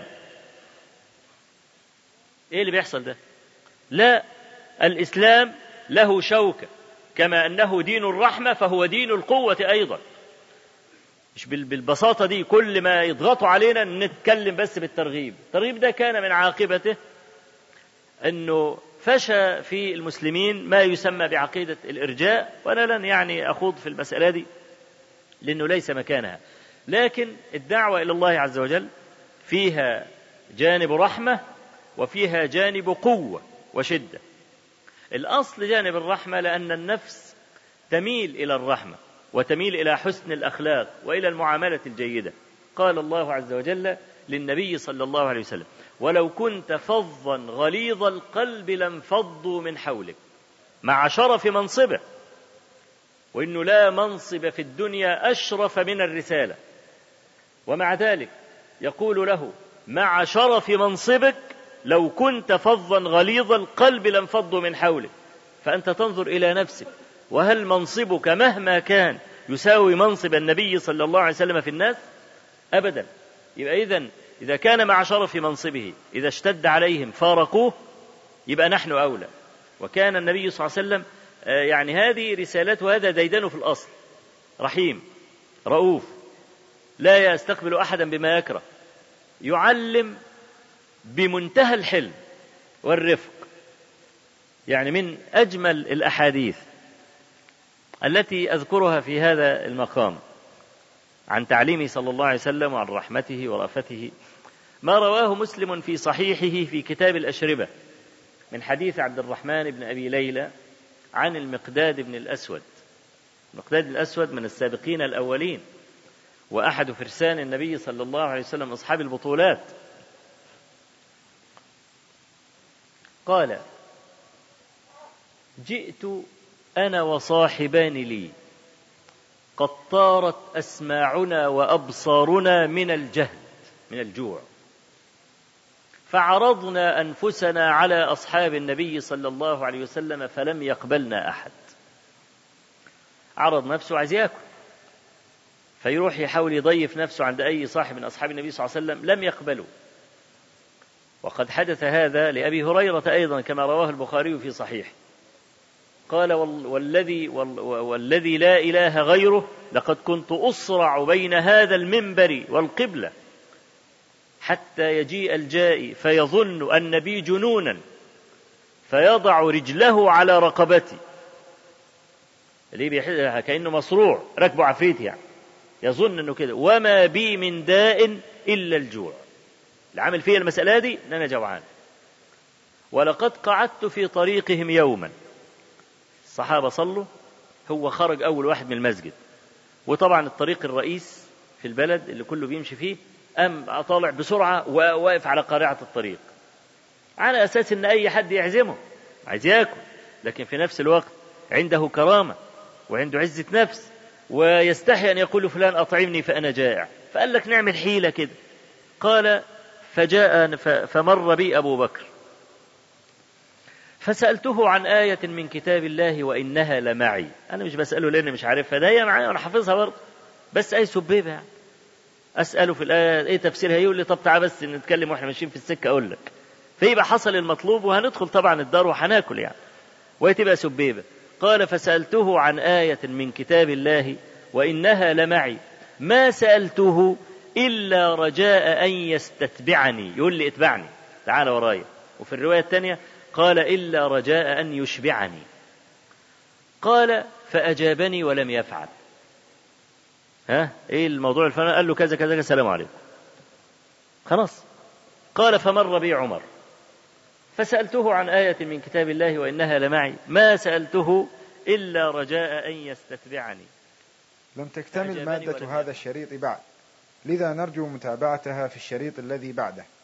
إيه اللي بيحصل ده؟ لا، الإسلام له شوكة، كما أنه دين الرحمة فهو دين القوة أيضا. مش بالبساطة دي، كل ما يضغطوا علينا نتكلم بس بالترغيب. الترغيب ده كان من عاقبته أنه فشى في المسلمين ما يسمى بعقيدة الإرجاء، وأنا لن يعني أخوض في المسألة دي لأنه ليس مكانها. لكن الدعوة إلى الله عز وجل فيها جانب رحمة وفيها جانب قوة وشدة. الأصل جانب الرحمة، لأن النفس تميل إلى الرحمة وتميل إلى حسن الأخلاق وإلى المعاملة الجيدة. قال الله عز وجل للنبي صلى الله عليه وسلم: ولو كنت فظا غليظ القلب لانفضوا من حولك، مع شرف منصبه، وإنه لا منصب في الدنيا أشرف من الرسالة، ومع ذلك يقول له: مع شرف منصبك لو كنت فظا غليظ القلب لانفضوا من حولك. فأنت تنظر إلى نفسك، وهل منصبك مهما كان يساوي منصب النبي صلى الله عليه وسلم في الناس؟ أبدا. يبقى إذا كان مع شرف منصبه إذا اشتد عليهم فارقوه، يبقى نحن أولى. وكان النبي صلى الله عليه وسلم يعني هذه رسالته، هذا ديدنه في الأصل، رحيم رؤوف، لا يستقبل أحدا بما يكره، يعلم بمنتهى الحلم والرفق. يعني من أجمل الأحاديث التي أذكرها في هذا المقام عن تعليمه صلى الله عليه وسلم وعن رحمته ورأفته ما رواه مسلم في صحيحه في كتاب الأشربة من حديث عبد الرحمن بن أبي ليلى عن المقداد بن الأسود. المقداد الأسود من السابقين الأولين، وأحد فرسان النبي صلى الله عليه وسلم أصحاب البطولات. قال: جئت أنا وصاحبان لي قد طارت أسماعنا وأبصارنا من الجهد، من الجوع، فعرضنا أنفسنا على أصحاب النبي صلى الله عليه وسلم فلم يقبلنا أحد. عرض نفسه عايز ياكل، فيروح يحاول يضيف نفسه عند أي صاحب من أصحاب النبي صلى الله عليه وسلم، لم يقبلوا. وقد حدث هذا لأبي هريرة أيضا كما رواه البخاري في صحيح. قال: والذي لا إله غيره لقد كنت أصرع بين هذا المنبر والقبلة حتى يجيء الجائي فيظن أن بي جنونا فيضع رجله على رقبتي. اللي كأنه مصروع، ركبه عفريت يعني، يظن أنه كده. وما بي من داء إلا الجوع. العمل فيه المسألة دي أن أنا جوعان. ولقد قعدت في طريقهم يوما، الصحابة صلوا، هو خرج أول واحد من المسجد، وطبعا الطريق الرئيس في البلد اللي كله بيمشي فيه، أم طالع بسرعة وواقف على قارعة الطريق على أساس أن أي حد يعزمه عايز يأكل، لكن في نفس الوقت عنده كرامة وعنده عزة نفس، ويستحي أن يقول فلان أطعمني فأنا جائع. فقال لك نعمل حيلة كده. قال: فمر بي أبو بكر فسألته عن آية من كتاب الله وإنها لمعي. أنا مش بسأله لأني مش عارفها، ده هي معايا وأنا حافظها برضه، بس أي سبيبة يعني. أسأله في الآية إيه تفسيرها، يقول لي طب تعال بس نتكلم وإحنا ماشيين في السكة أقول لك. فيبقى حصل المطلوب وهندخل طبعا الدار وهناكل يعني، وتبقى سبيبة. قال: فسألته عن آية من كتاب الله وإنها لمعي ما سألته إلا رجاء أن يستتبعني، يقول لي اتبعني تعال ورايا. وفي الرواية الثانية قال: إلا رجاء أن يشبعني. قال: فأجابني ولم يفعل. إيه الموضوع الفلاني؟ قال له كذا كذا، السلام عليكم، خلاص. قال: فمر بي عمر فسألته عن آية من كتاب الله وإنها لمعي ما سألته إلا رجاء أن يستتبعني. لم تكتمل مادة هذا الشريط بعد، لذا نرجو متابعتها في الشريط الذي بعده.